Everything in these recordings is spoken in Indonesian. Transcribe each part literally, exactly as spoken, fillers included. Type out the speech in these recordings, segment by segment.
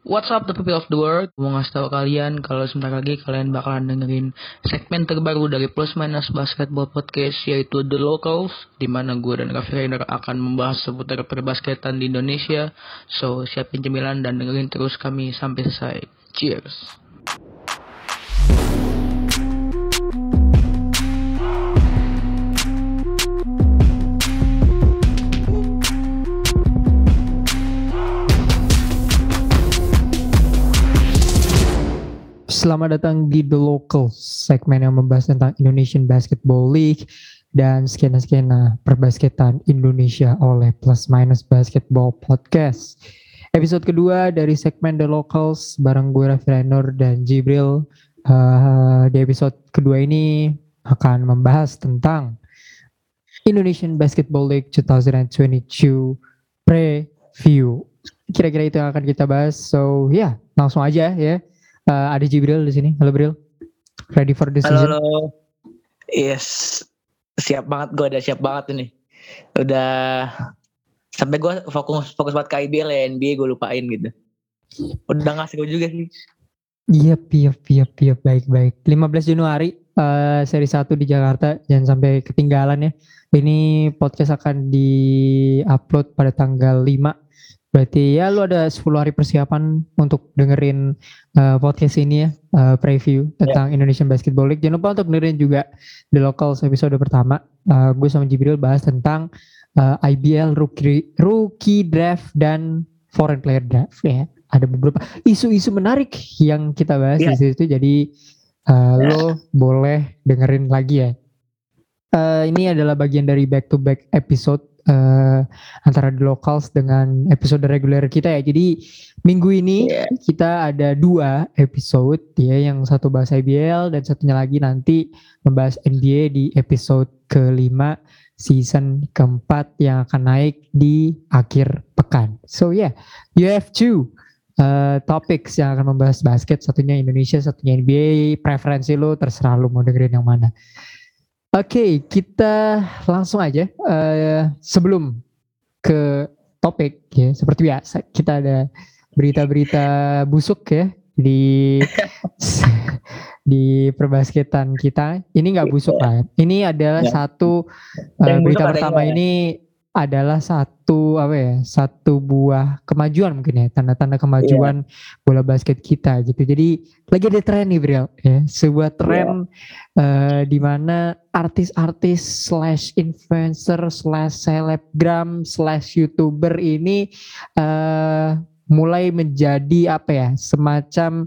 What's up the people of the world? Mau ngasih tau kalian kalau sebentar lagi kalian bakalan dengerin segmen terbaru dari Plus Minus Basketball Podcast, yaitu The Locals, di mana gue dan Raffi Rainer akan membahas seputar perbasketan di Indonesia. So siapin cemilan dan dengerin terus kami sampai selesai. Cheers. Selamat datang di The Locals, segmen yang membahas tentang Indonesian Basketball League dan skena-skena perbasketan Indonesia oleh Plus Minus Basketball Podcast. Episode kedua dari segmen The Locals bareng gue Raffi Rainer dan Jibril. Uh, di episode kedua ini akan membahas tentang Indonesian Basketball League dua ribu dua puluh dua preview. Kira-kira itu yang akan kita bahas. So ya, yeah, langsung aja ya. Uh, ada Jibril di sini. Halo Bril. Ready for the season? Halo, halo. Yes. Siap banget, gue udah siap banget ini. Udah sampai gue fokus fokus banget ke I B L ya, N B A gue lupain gitu. Udah ngasih gue juga sih. Iya, iya, iya, iya, baik-baik. lima belas Januari uh, seri satu di Jakarta, jangan sampai ketinggalan ya. Ini podcast akan di-upload pada tanggal lima. Berarti ya lu ada sepuluh hari persiapan untuk dengerin uh, podcast ini ya, uh, preview tentang yeah. Indonesian Basketball League. Jangan lupa untuk dengerin juga The Locals episode pertama. Uh, gue sama Jibril bahas tentang uh, I B L rookie, rookie draft dan foreign player draft ya. Ada beberapa isu-isu menarik yang kita bahas yeah. di situ. Jadi uh, yeah. lo boleh dengerin lagi ya. Uh, ini adalah bagian dari back to back episode Uh, antara The Locals dengan episode reguler kita ya. Jadi minggu ini yeah. kita ada dua episode ya, yang satu bahas I B L dan satunya lagi nanti membahas N B A di episode kelima season keempat yang akan naik di akhir pekan. So yeah, you have two uh, topics yang akan membahas basket, satunya Indonesia, satunya N B A. Preferensi lo terserah lo mau dengerin yang mana. Oke, okay, kita langsung aja. Uh, sebelum ke topik ya, seperti biasa kita ada berita-berita busuk ya di di perbasketan kita. Ini nggak busuk lah. Ini adalah ya. satu uh, berita pertama ini adalah satu apa ya? Satu buah kemajuan mungkin ya, tanda-tanda kemajuan yeah. bola basket kita gitu. Jadi lagi ada tren nih Bril ya, sebuah tren yeah. uh, di mana artis-artis slash influencer slash selebgram slash youtuber ini uh, mulai menjadi apa ya, semacam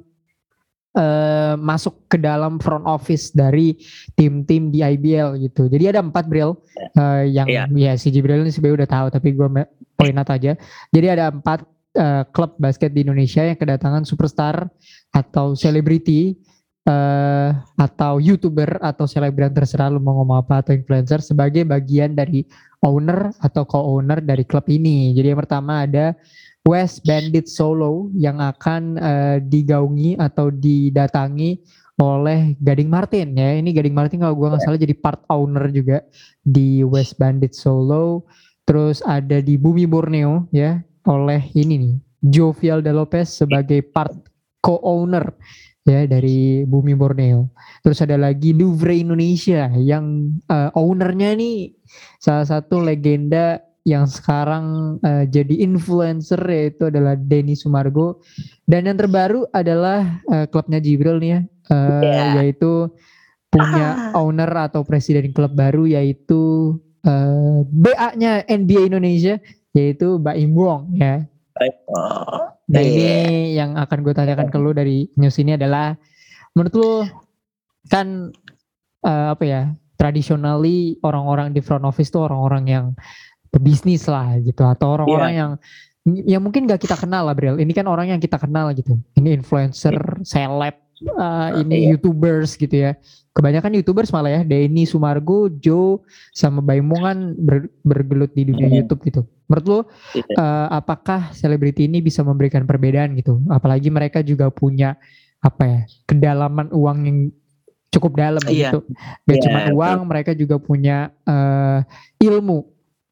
Uh, masuk ke dalam front office dari tim-tim di I B L gitu. Jadi ada empat Bril uh, yang yeah. ya si Jibril ini sebenarnya udah tahu, tapi gue poin out aja. Jadi ada empat uh, klub basket di Indonesia yang kedatangan superstar atau selebriti uh, atau youtuber atau selebgram, terserah lu mau ngomong apa, atau influencer sebagai bagian dari owner atau co-owner dari klub ini. Jadi yang pertama ada West Bandit Solo yang akan uh, digaungi atau didatangi oleh Gading Martin ya. Ini Gading Martin kalau gue nggak salah jadi part owner juga di West Bandit Solo. Terus ada di Bumi Borneo ya, oleh ini nih Jovial De Lopez sebagai part co-owner ya dari Bumi Borneo. Terus ada lagi Louvre Indonesia yang uh, ownernya nih salah satu legenda yang sekarang uh, jadi influencer, yaitu adalah Denny Sumargo. Dan yang terbaru adalah uh, klubnya Jibril nih ya, uh, yeah. yaitu punya ah. owner atau presiden klub baru, yaitu uh, B A-nya N B A Indonesia, yaitu Baim Wong ya. Oh, nah yeah. ini yang akan gue tanyakan ke lu dari news ini adalah, menurut lu kan uh, apa ya, traditionally orang-orang di front office tuh orang-orang yang pebisnis lah gitu, atau orang-orang yeah. yang yang mungkin gak kita kenal lah Bril. Ini kan orang yang kita kenal gitu. Ini influencer, seleb, uh, ini yeah. youtubers gitu ya. Kebanyakan youtubers malah ya, Denny Sumargo, Joe, sama Baimong kan ber, bergelut di dunia yeah. YouTube gitu. Menurut lo yeah. uh, apakah selebriti ini bisa memberikan perbedaan gitu? Apalagi mereka juga punya apa ya, kedalaman uang yang cukup dalam yeah. gitu. Gak yeah, cuma uang, mereka juga punya uh, ilmu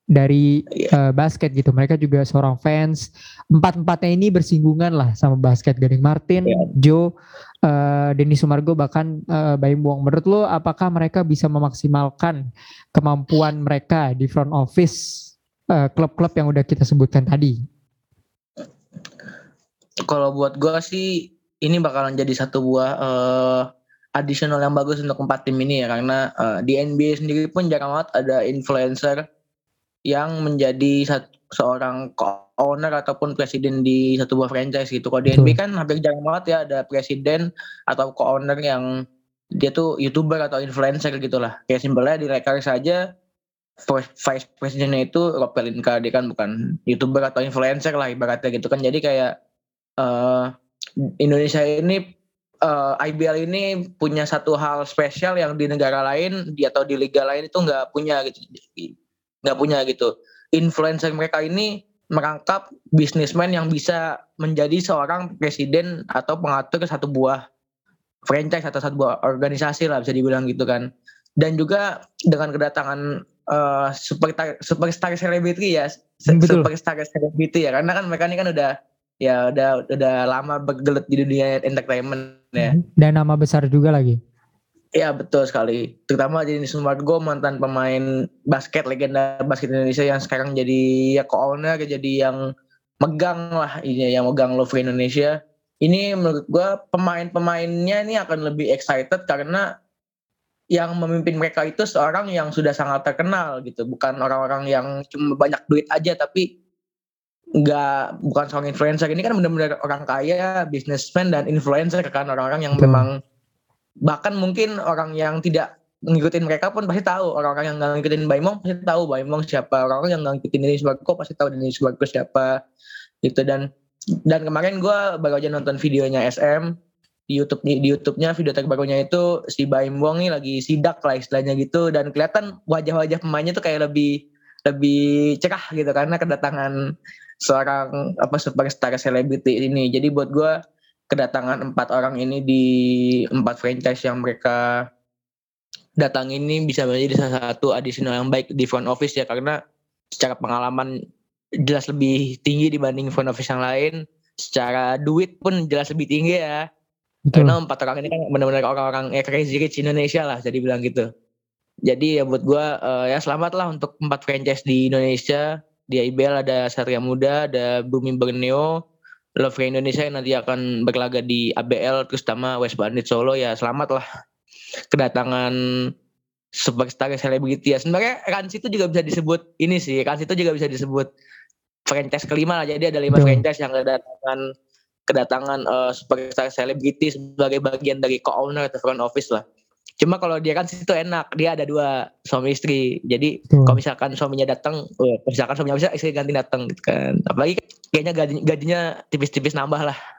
dari Iya. uh, basket gitu. Mereka juga seorang fans. Empat-empatnya ini bersinggungan lah sama basket. Gading Martin, Iya. Joe, uh, Denny Sumargo, bahkan uh, Baim Wong. Menurut lo apakah mereka bisa memaksimalkan kemampuan mereka di front office uh, klub-klub yang udah kita sebutkan tadi? Kalau buat gue sih ini bakalan jadi satu buah uh, additional yang bagus untuk empat tim ini ya, karena uh, di N B A sendiri pun jarang banget ada influencer yang menjadi satu, seorang co-owner ataupun presiden di satu buah franchise gitu. Kalau di N B A kan hampir jarang banget ya ada presiden atau co-owner yang dia tuh YouTuber atau influencer gitulah. Kayak simpelnya di Lakers saja vice presidennya itu Rob Pelinka, dia kan bukan YouTuber atau influencer lah ibaratnya gitu kan. Jadi kayak uh, Indonesia ini uh, I B L ini punya satu hal spesial yang di negara lain di atau di liga lain itu nggak punya gitu. nggak punya gitu. Influencer mereka ini merangkap bisnismen yang bisa menjadi seorang presiden atau pengatur satu buah franchise atau satu buah organisasi lah bisa dibilang gitu kan. Dan juga dengan kedatangan uh, superstar superstar selebriti ya, Betul. superstar selebriti ya, karena kan mereka ini kan udah ya udah udah lama bergelut di dunia entertainment ya. Dan nama besar juga lagi. Iya betul sekali. Terutama Denny Sumargo, mantan pemain basket, legenda basket Indonesia yang sekarang jadi ya co-owner, jadi yang megang lah ini, yang megang Love Indonesia. Ini menurut gue pemain-pemainnya ini akan lebih excited karena yang memimpin mereka itu seorang yang sudah sangat terkenal gitu, bukan orang-orang yang cuma banyak duit aja tapi nggak bukan seorang influencer. Ini kan benar-benar orang kaya, businessman dan influencer kan, orang-orang yang Betul. memang bahkan mungkin orang yang tidak ngikutin mereka pun pasti tahu, orang-orang yang nggak ngikutin Baim Wong pasti tahu Baim Wong siapa, orang-orang yang nggak ngikutin Denny Sumargo pasti tahu Denny Sumargo siapa gitu. Dan dan kemarin gue baru aja nonton videonya S M di YouTube di YouTube-nya, video terbarunya itu si Baim Wong nih lagi sidak lah istilahnya gitu, dan kelihatan wajah-wajah pemainnya tuh kayak lebih lebih cerah gitu karena kedatangan seorang apa superstar selebriti ini. Jadi buat gue kedatangan empat orang ini di empat franchise yang mereka datang ini bisa menjadi salah satu additional yang baik di front office ya, karena secara pengalaman jelas lebih tinggi dibanding front office yang lain, secara duit pun jelas lebih tinggi ya. Betul. Karena empat orang ini kan benar-benar orang-orang ya crazy rich Indonesia lah jadi bilang gitu. Jadi ya buat gue uh, ya selamat lah untuk empat franchise di Indonesia. Di I B L ada Satria Muda, ada Bumi Borneo, Love Indonesia yang nanti akan berlaga di A B L, terus sama West Bandit Solo. Ya selamat lah kedatangan superstar selebriti ya. Sebenarnya Rans itu juga bisa disebut ini sih, Rans itu juga bisa disebut franchise kelima lah. Jadi ada lima Betul. franchise yang kedatangan kedatangan uh, superstar selebriti sebagai bagian dari co-owner atau front office lah. Cuma kalau dia kan situ enak, dia ada dua suami istri. Jadi Betul. kalau misalkan suaminya datang, oh, misalkan suaminya bisa istri ganti datang gitu kan. Apalagi kayaknya gaji, gajinya tipis-tipis nambah lah.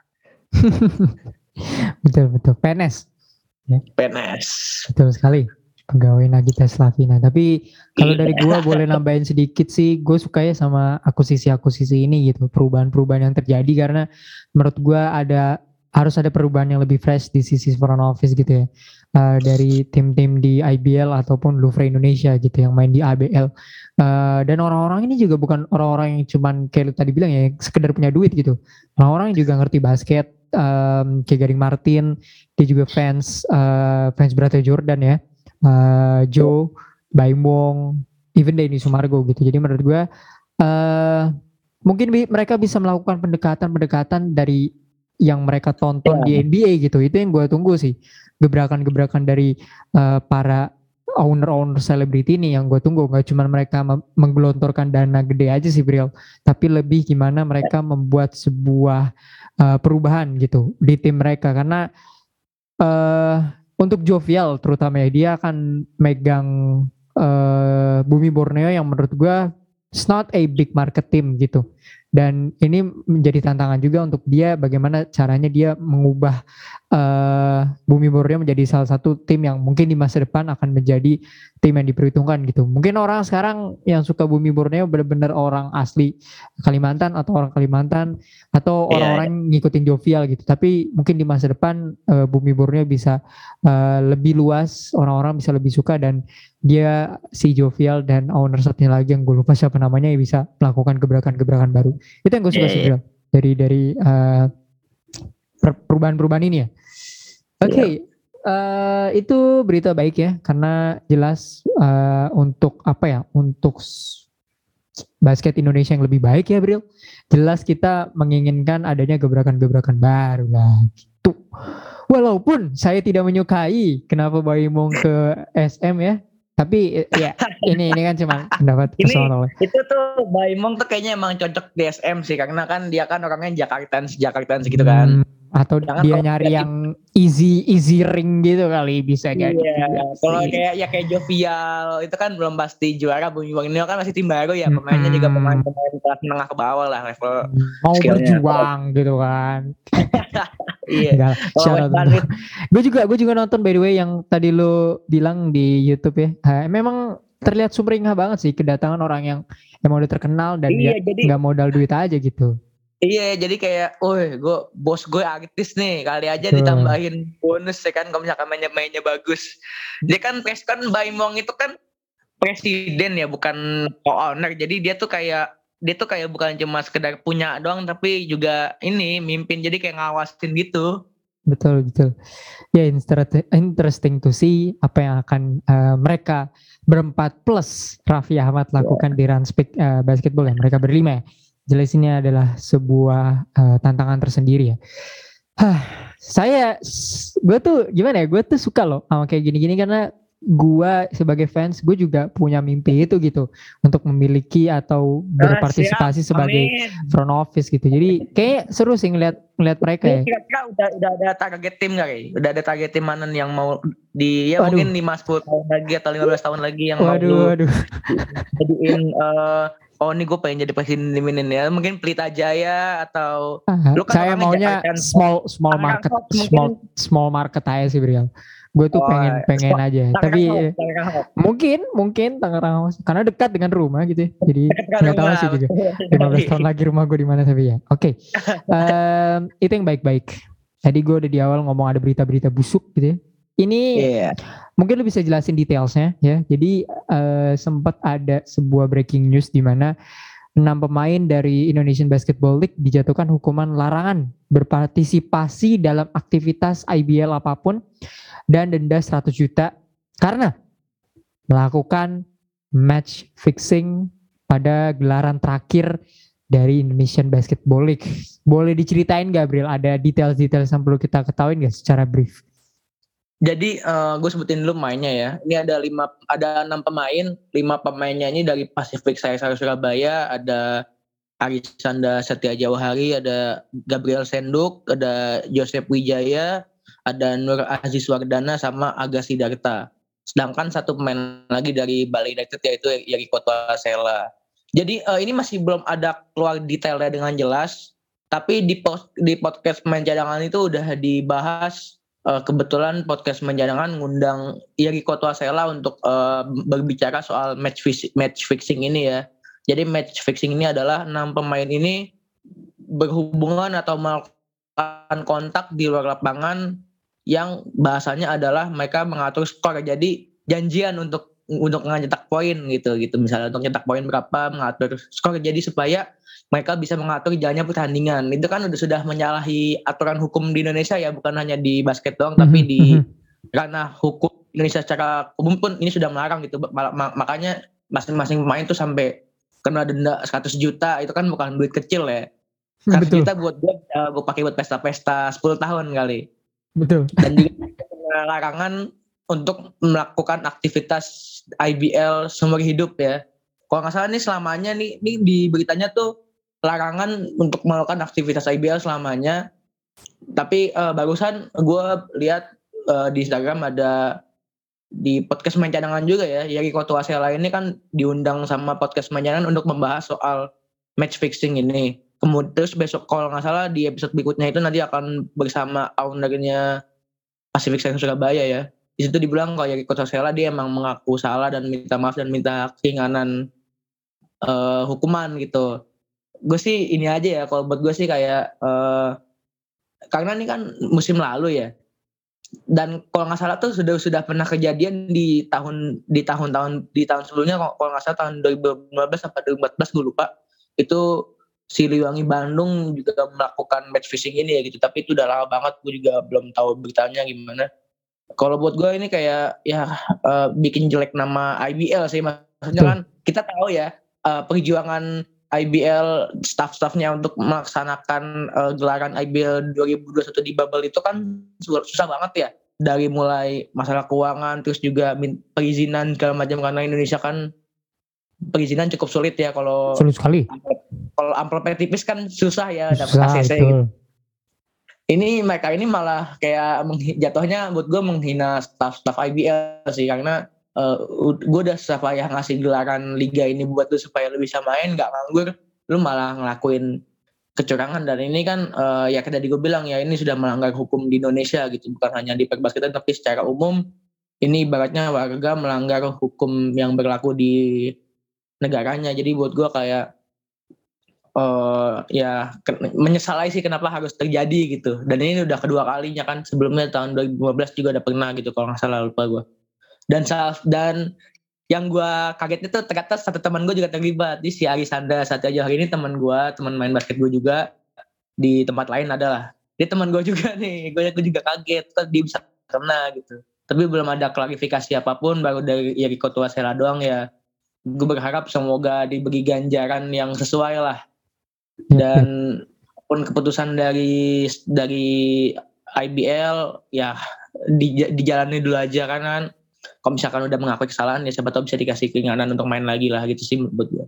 Betul betul. P N S. Ya. P N S. Betul sekali. Pegawai Nagita Slavina. Tapi kalau dari gue boleh nambahin sedikit sih, gue suka ya sama akuisisi-akuisisi ini gitu, perubahan-perubahan yang terjadi karena menurut gue ada harus ada perubahan yang lebih fresh di sisi front office gitu ya, uh, dari tim-tim di I B L ataupun Louvre Indonesia gitu yang main di A B L, uh, dan orang-orang ini juga bukan orang-orang yang cuman kayak lu tadi bilang ya sekedar punya duit gitu, orang-orang yang juga ngerti basket, um, kayak Gading Martin, dia juga fans uh, fans beratnya Jordan ya, uh, Joe, Baim Wong, even Denny Sumargo gitu. Jadi menurut gue uh, mungkin bi- mereka bisa melakukan pendekatan-pendekatan dari yang mereka tonton yeah. di N B A gitu. Itu yang gue tunggu sih, gebrakan-gebrakan dari uh, para owner-owner selebriti ini yang gue tunggu. Gak cuma mereka mem- menggelontorkan dana gede aja sih Bril, tapi lebih gimana mereka membuat sebuah uh, perubahan gitu di tim mereka. Karena uh, untuk Jovial terutama ya, dia akan megang uh, Bumi Borneo yang menurut gue it's not a big market team gitu. Dan ini menjadi tantangan juga untuk dia bagaimana caranya dia mengubah uh, Bumi Borneo menjadi salah satu tim yang mungkin di masa depan akan menjadi tim yang diperhitungkan gitu. Mungkin orang sekarang yang suka Bumi Borneo benar-benar orang asli Kalimantan atau orang Kalimantan atau Iya, orang-orang ngikutin Jovial gitu. Tapi mungkin di masa depan uh, Bumi Borneo bisa uh, lebih luas, orang-orang bisa lebih suka dan dia si Jovial dan owner satunya lagi yang gue lupa siapa namanya ya bisa melakukan gebrakan-gebrakan baru. Itu yang gue suka iya, sih iya. Bro. Dari dari uh, per- perubahan-perubahan ini ya. Oke, okay, uh, itu berita baik ya, karena jelas uh, untuk apa ya, untuk basket Indonesia yang lebih baik ya, Bril. Jelas kita menginginkan adanya gebrakan-gebrakan baru lah. Gitu. Walaupun saya tidak menyukai kenapa Baimong ke S M ya, tapi ya ini ini kan cuma pendapat personal. Ini itu tuh Baimong tuh kayaknya emang cocok di S M sih, karena kan dia kan orangnya Jakartans Jakartans gitu kan. Hmm, atau Jangan dia kalau nyari jadi, yang easy easy ring gitu kali bisa jadi. iya, kalau sih. kayak ya kayak Jovial itu kan belum pasti juara. Bumi Borneo kan masih tim baru ya, Hmm, pemainnya juga pemain-pemain kelas menengah ke bawah lah level mau skillnya. berjuang gitu kan. Iya. Enggak, Kalau shout West out Bandit, untuk. Gue juga gue juga nonton by the way yang tadi lo bilang di YouTube ya. Ha, memang terlihat sumringah banget sih kedatangan orang yang emang udah terkenal dan iya ya jadi nggak modal duit aja gitu. iya jadi kayak, woi, gue bos gue artis nih, kali aja Betul. ditambahin bonus ya kan, kalau misalkan mainnya mainnya bagus. Dia kan pres kan Baimong itu kan presiden ya, bukan owner. Jadi dia tuh kayak dia tuh kayak bukan cuma sekedar punya doang, tapi juga ini mimpin, jadi kayak ngawasin gitu. Betul betul. Ya inter- interesting to see apa yang akan uh, mereka berempat plus Raffi Ahmad lakukan di Ranspik uh, Basketball ya. Mereka berlima ya. Jelas ini adalah sebuah uh, tantangan tersendiri ya. Hah, saya, gue tuh gimana ya? Gue tuh suka loh sama kayak gini-gini karena gue sebagai fans, gue juga punya mimpi itu gitu untuk memiliki atau berpartisipasi Ah, siap. sebagai Amin. front office gitu. Jadi kayak seru sih ngeliat ngeliat mereka ya. Ini kira-kira udah udah ada target tim nggak, Kay? Udah ada target tim mana yang mau di ya Waduh. mungkin lima sepuluh tahun lagi atau lima belas tahun lagi yang Waduh, mau lu waduh. jadiin eh oh ini gue pengen jadi presiden ini ya, mungkin Pelita Jaya atau Ah, lu kan saya orangnya maunya Jakarta, small small Tangerang market Hawks mungkin. small small market aja sih Brial. Gue tuh Oh, pengen pengen Tangerang aja. Hawks, Tapi Tangerang Hawks. mungkin mungkin Tangerang House karena dekat dengan rumah gitu ya. Jadi Dekat nggak tahu rumah, sih juga. betul. lima belas tahun lagi rumah gue di mana tapi ya. Oke. Em, itu yang baik-baik. Tadi gue udah di awal ngomong ada berita-berita busuk gitu ya. Ini Iya. mungkin lu bisa jelasin detailsnya ya. Jadi eh, sempat ada sebuah breaking news di mana enam pemain dari Indonesian Basketball League dijatuhkan hukuman larangan berpartisipasi dalam aktivitas I B L apapun dan denda seratus juta karena melakukan match fixing pada gelaran terakhir dari Indonesian Basketball League. Boleh diceritain Gabriel, ada detail-detail yang perlu kita ketahui nggak secara brief? Jadi uh, gue sebutin dulu mainnya ya. Ini ada lima, ada enam pemain. Lima pemainnya ini dari Pacific Sainsbury Surabaya. Ada Arisanda Setia Jawahari, ada Gabriel Senduk, ada Joseph Wijaya, ada Nur Aziz Wardana, sama Aga Sidarta. Sedangkan satu pemain lagi dari Bali United yaitu Yeriko Twasela. Jadi uh, ini masih belum ada keluar detailnya dengan jelas. Tapi di, post, di podcast pemain cadangan itu udah dibahas. Uh, kebetulan podcast menjangan ngundang Yeriko Twasela untuk uh, berbicara soal match, fix, match fixing ini ya. Jadi match fixing ini adalah enam pemain ini berhubungan atau melakukan kontak di luar lapangan yang bahasanya adalah mereka mengatur skor. Jadi janjian untuk untuk ngecetak poin gitu gitu. Misalnya untuk nyetak poin berapa, mengatur skor. Jadi supaya mereka bisa mengatur jalannya pertandingan. Itu kan udah sudah menyalahi aturan hukum di Indonesia ya, bukan hanya di basket doang, mm-hmm. tapi di ranah hukum Indonesia secara umum pun ini sudah melarang gitu. Makanya masing-masing pemain tuh sampai kena denda seratus juta, itu kan bukan duit kecil ya. seratus juta buat gue, uh, gue pakai buat pesta-pesta sepuluh tahun kali. Betul. Dan juga larangan untuk melakukan aktivitas I B L seumur hidup ya. Kalau nggak salah nih selamanya nih, nih di beritanya tuh larangan untuk melakukan aktivitas I B L selamanya. Tapi uh, barusan gue lihat uh, di Instagram ada di podcast main cadangan juga ya, Yeriko Twasela ini kan diundang sama podcast main cadangan untuk membahas soal match fixing ini. kemudian terus besok kalau nggak salah di episode berikutnya itu nanti akan bersama ownernya Pacific Stadium Surabaya ya. Di situ dibilang kalau Yeriko Sasela dia emang mengaku salah dan minta maaf dan minta keringanan uh, hukuman gitu. Gue sih ini aja ya, kalau buat gue sih kayak uh, karena ini kan musim lalu ya. Dan kalau nggak salah tuh sudah sudah pernah kejadian di tahun di tahun-tahun di tahun sebelumnya, kalau nggak salah tahun dua ribu lima belas sampai dua ribu empat belas gue lupa, itu Siliwangi Bandung juga melakukan match fixing ini ya gitu, tapi itu udah lama banget, gue juga belum tahu beritanya gimana. Kalau buat gue ini kayak ya uh, bikin jelek nama I B L sih, maksudnya kan kita tahu ya uh, perjuangan I B L staff-staffnya untuk melaksanakan uh, gelaran I B L dua ribu dua puluh satu di bubble itu kan susah banget ya, dari mulai masalah keuangan terus juga perizinan segala macam, karena Indonesia kan perizinan cukup sulit ya, kalau sulit sekali. Kalau amplopnya tipis kan susah ya dapat A C C gitu. Ini mereka ini malah kayak jatuhnya buat gue menghina staff-staff I B L sih, karena uh, gue udah susah payah ngasih gelaran liga ini buat lu supaya lu bisa main gak nganggur, lu malah ngelakuin kecurangan. Dan ini kan uh, ya kayak tadi gue bilang ya, ini sudah melanggar hukum di Indonesia gitu, bukan hanya di perbasketan tapi secara umum ini ibaratnya warga melanggar hukum yang berlaku di negaranya. Jadi buat gue kayak uh, ya menyesal sih kenapa harus terjadi gitu. Dan ini udah kedua kalinya kan, sebelumnya tahun dua ribu lima belas juga udah pernah gitu kalau nggak salah, lupa gue. Dan dan yang gue kaget itu ternyata satu teman gue juga terlibat, di si Arisanda Satya Johar ini teman gue, teman main basket gue juga di tempat lain adalah dia teman gue juga nih. Gue juga kaget kok dia bisa kena gitu, tapi belum ada klarifikasi apapun, baru dari Yeriko Sasela doang ya. Gue berharap semoga diberi ganjaran yang sesuai lah, dan pun keputusan dari dari I B L ya di, dijalani dulu aja, karena kalau misalkan udah mengakui kesalahan ya siapa tahu bisa dikasih keringanan untuk main lagi lah gitu sih menurut gue.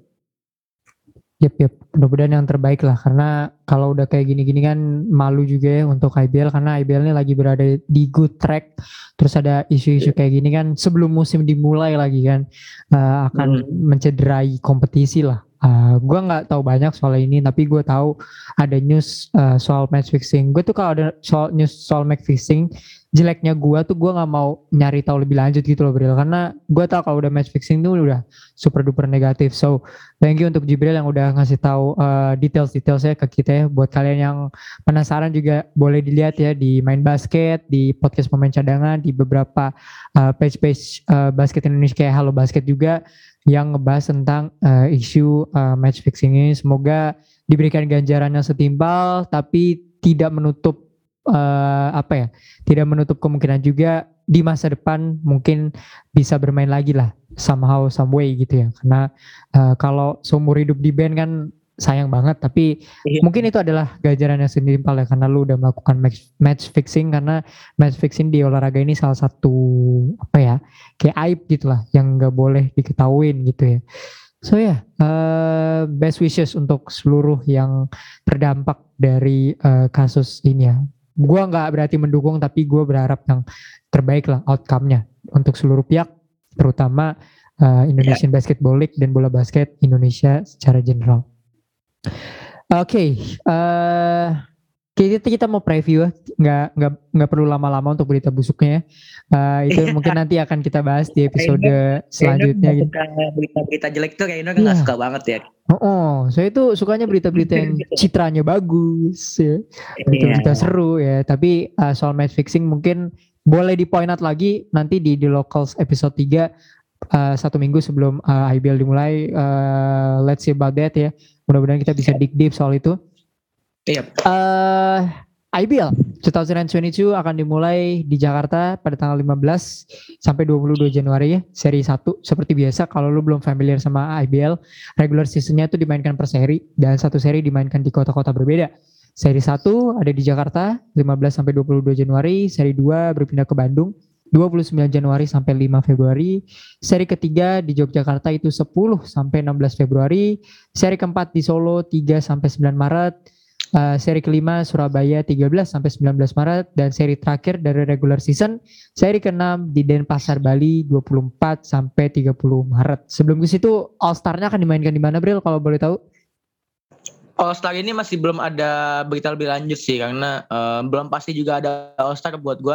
Yep, yep. Mudah-mudahan yang terbaik lah, karena kalau udah kayak gini-gini kan malu juga ya untuk I B L, karena I B L ini lagi berada di good track, terus ada isu-isu kayak gini kan sebelum musim dimulai lagi kan, uh, akan hmm. mencederai kompetisi lah. Uh, gue nggak tahu banyak soal ini, tapi gue tahu ada news uh, soal match fixing. Gue tuh kalau ada soal news soal match fixing, jeleknya gue tuh gue nggak mau nyari tahu lebih lanjut gitu loh Bril, karena gue tahu kalau udah match fixing tuh udah super duper negatif. So thank you untuk Jibril yang udah ngasih tahu uh, details-detailsnya ke kita ya. Buat kalian yang penasaran juga boleh dilihat ya di Main Basket, di podcast pemain cadangan, di beberapa uh, page-page uh, basket Indonesia kayak Halo Basket juga yang ngebahas tentang uh, isu uh, match fixing ini. Semoga diberikan ganjarannya setimpal, tapi tidak menutup uh, apa ya, tidak menutup kemungkinan juga di masa depan mungkin bisa bermain lagi lah somehow some way gitu ya. Karena uh, kalau seumur hidup di band kan sayang banget, tapi iya. Mungkin itu adalah ganjarannya setimpal ya, karena lu udah melakukan match, match fixing, karena match fixing di olahraga ini salah satu apa ya, kayak aib gitulah yang nggak boleh diketahuin gitu ya. So ya yeah, uh, best wishes untuk seluruh yang terdampak dari uh, kasus ini ya. Gue nggak berarti mendukung, tapi gue berharap yang terbaik lah outcome-nya untuk seluruh pihak, terutama uh, Indonesian yeah. Basketball League dan bola basket Indonesia secara general. Oke, okay, uh, kita kita mau preview, nggak nggak nggak perlu lama-lama untuk berita busuknya. Uh, itu mungkin nanti akan kita bahas di episode Kayaknya, selanjutnya. Gitu. Berita-berita jelek tuh kayaknya nggak yeah. suka banget ya. Oh, oh, saya itu sukanya berita-berita yang citranya bagus, ya. Berita-berita yeah. seru ya. Tapi uh, soal match fixing mungkin boleh di point out lagi nanti di di Locals episode tiga. Uh, satu minggu sebelum uh, I B L dimulai, uh, let's see about that ya. Mudah-mudahan kita bisa dig deep soal itu. Iya. Yep. Uh, I B L dua ribu dua puluh dua akan dimulai di Jakarta pada tanggal lima belas sampai dua puluh dua Januari ya. Seri satu seperti biasa, kalau lu belum familiar sama I B L, regular seasonnya itu dimainkan per seri dan satu seri dimainkan di kota-kota berbeda. Seri satu ada di Jakarta lima belas sampai dua puluh dua Januari, seri dua berpindah ke Bandung dua puluh sembilan Januari sampai lima Februari. Seri ketiga di Yogyakarta itu sepuluh sampai enam belas Februari. Seri keempat di Solo tiga sampai sembilan Maret. Uh, seri kelima Surabaya tiga belas sampai sembilan belas Maret. Dan seri terakhir dari regular season, seri keenam di Denpasar, Bali dua puluh empat sampai tiga puluh Maret. Sebelum ke situ All Star-nya akan dimainkan di mana, Bril, kalau boleh tahu? All Star ini masih belum ada berita lebih lanjut sih karena uh, belum pasti juga ada All Star buat gue.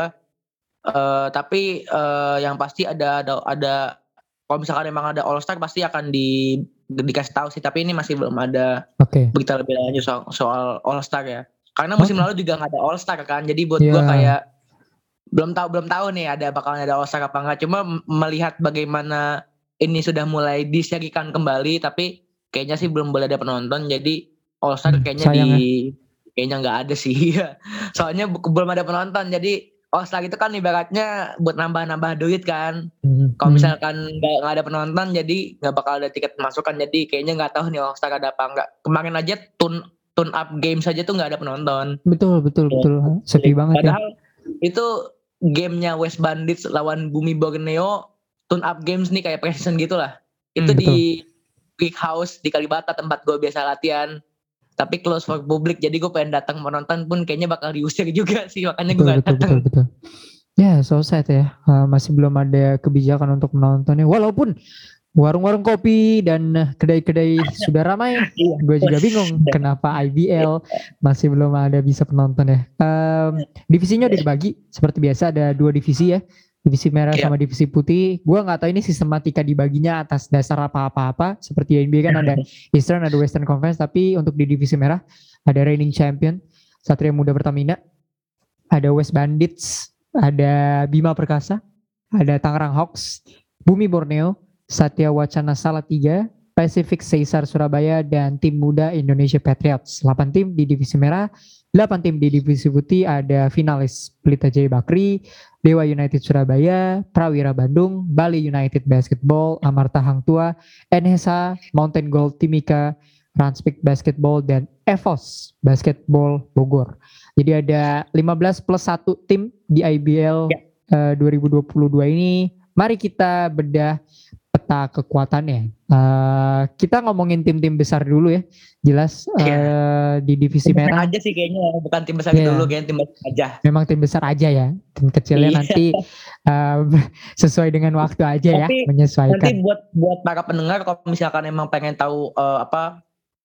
Uh, tapi uh, yang pasti ada ada, ada kalau misalkan emang ada All Star pasti akan di dikasih tahu sih. Tapi ini masih belum ada okay. berita lebih lanjut soal, soal All Star ya. Karena musim okay. lalu juga nggak ada All Star kan. Jadi buat yeah. gue kayak belum tahu belum tahu nih ada bakalan ada All Star apa enggak. Cuma melihat bagaimana ini sudah mulai diserikan kembali, tapi kayaknya sih belum boleh ada penonton. Jadi All Star hmm, kayaknya di ya. kayaknya nggak ada sih. Soalnya belum ada penonton. Jadi All Star itu kan ibaratnya buat nambah-nambah duit kan. Hmm, Kalau misalkan nggak hmm. ada penonton, jadi nggak bakal ada tiket masukan. Jadi kayaknya nggak tahu nih All Star ada apa enggak. Kemarin aja tune tune up game saja tuh nggak ada penonton. Betul betul ya. betul. Sepi banget. Padahal ya. itu gamenya West Bandits lawan Bumi Borneo, tune up games nih kayak preseason gitulah. Itu hmm, di Big House di Kalibata tempat gue biasa latihan. Tapi close for public, jadi gue pengen datang menonton pun kayaknya bakal diusir juga sih, makanya gue gak datang. Betul, betul, betul. Ya, so sad ya. Uh, masih belum ada kebijakan untuk menontonnya. Walaupun warung-warung kopi dan kedai-kedai sudah ramai, gue juga bingung kenapa I B L masih belum ada bisa penonton ya. Um, divisinya udah dibagi seperti biasa, ada dua divisi ya, divisi merah sama divisi putih. Gue nggak tahu ini sistematika dibaginya atas dasar apa-apa. Seperti N B A kan ada Eastern, ada Western Conference, tapi untuk di divisi merah ada reigning champion Satria Muda Pertamina, ada West Bandits, ada Bima Perkasa, ada Tangerang Hawks, Bumi Borneo, Satya Wacana Salatiga, Pacific Caesar Surabaya, dan tim muda Indonesia Patriots. delapan tim di divisi merah, delapan tim di divisi putih. Ada finalis Pelita Jaya Bakri, Dewa United Surabaya, Prawira Bandung, Bali United Basketball, Amarta Hang Tua, N H S, Mountain Gold Timika, Ranspik Basketball, dan Evos Basketball Bogor. Jadi ada lima belas plus satu tim di I B L ya. uh, dua ribu dua puluh dua ini. Mari kita bedah peta kekuatannya. Uh, kita ngomongin tim-tim besar dulu ya. Jelas uh, yeah. di divisi tim merah aja sih kayaknya, bukan tim besar yeah. dulu, kayaknya tim besar aja. Memang tim besar aja ya. Tim kecilnya yeah. nanti uh, sesuai dengan waktu aja nanti, ya, menyesuaikan. Nanti buat buat para pendengar kalau misalkan emang pengen tahu uh, apa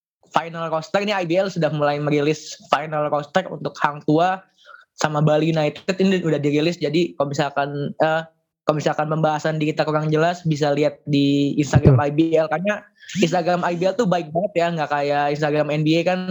final roster, ini I B L sudah mulai merilis final roster untuk Hang Tua sama Bali United, ini udah dirilis. Jadi kalau misalkan uh, kalau misalkan pembahasan di kita kurang jelas, bisa lihat di Instagram Betul. I B L. Karena Instagram I B L tuh baik banget ya, nggak kayak Instagram N B A kan.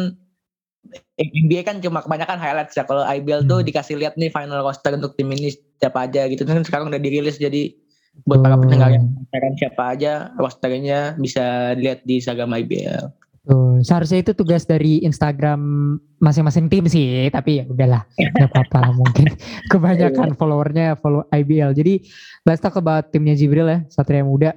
N B A kan cuma kebanyakan highlights ya. Kalau I B L hmm. tuh dikasih lihat nih final roster untuk tim ini siapa aja gitu. Kan sekarang udah dirilis, jadi buat para pendengar yang penasaran siapa aja rosternya bisa dilihat di Instagram I B L. Tuh, seharusnya itu tugas dari Instagram masing-masing tim sih, tapi ya udahlah, nggak apa-apa. Mungkin kebanyakan followernya follow I B L. Jadi let's talk about timnya Jibril ya, Satria Muda.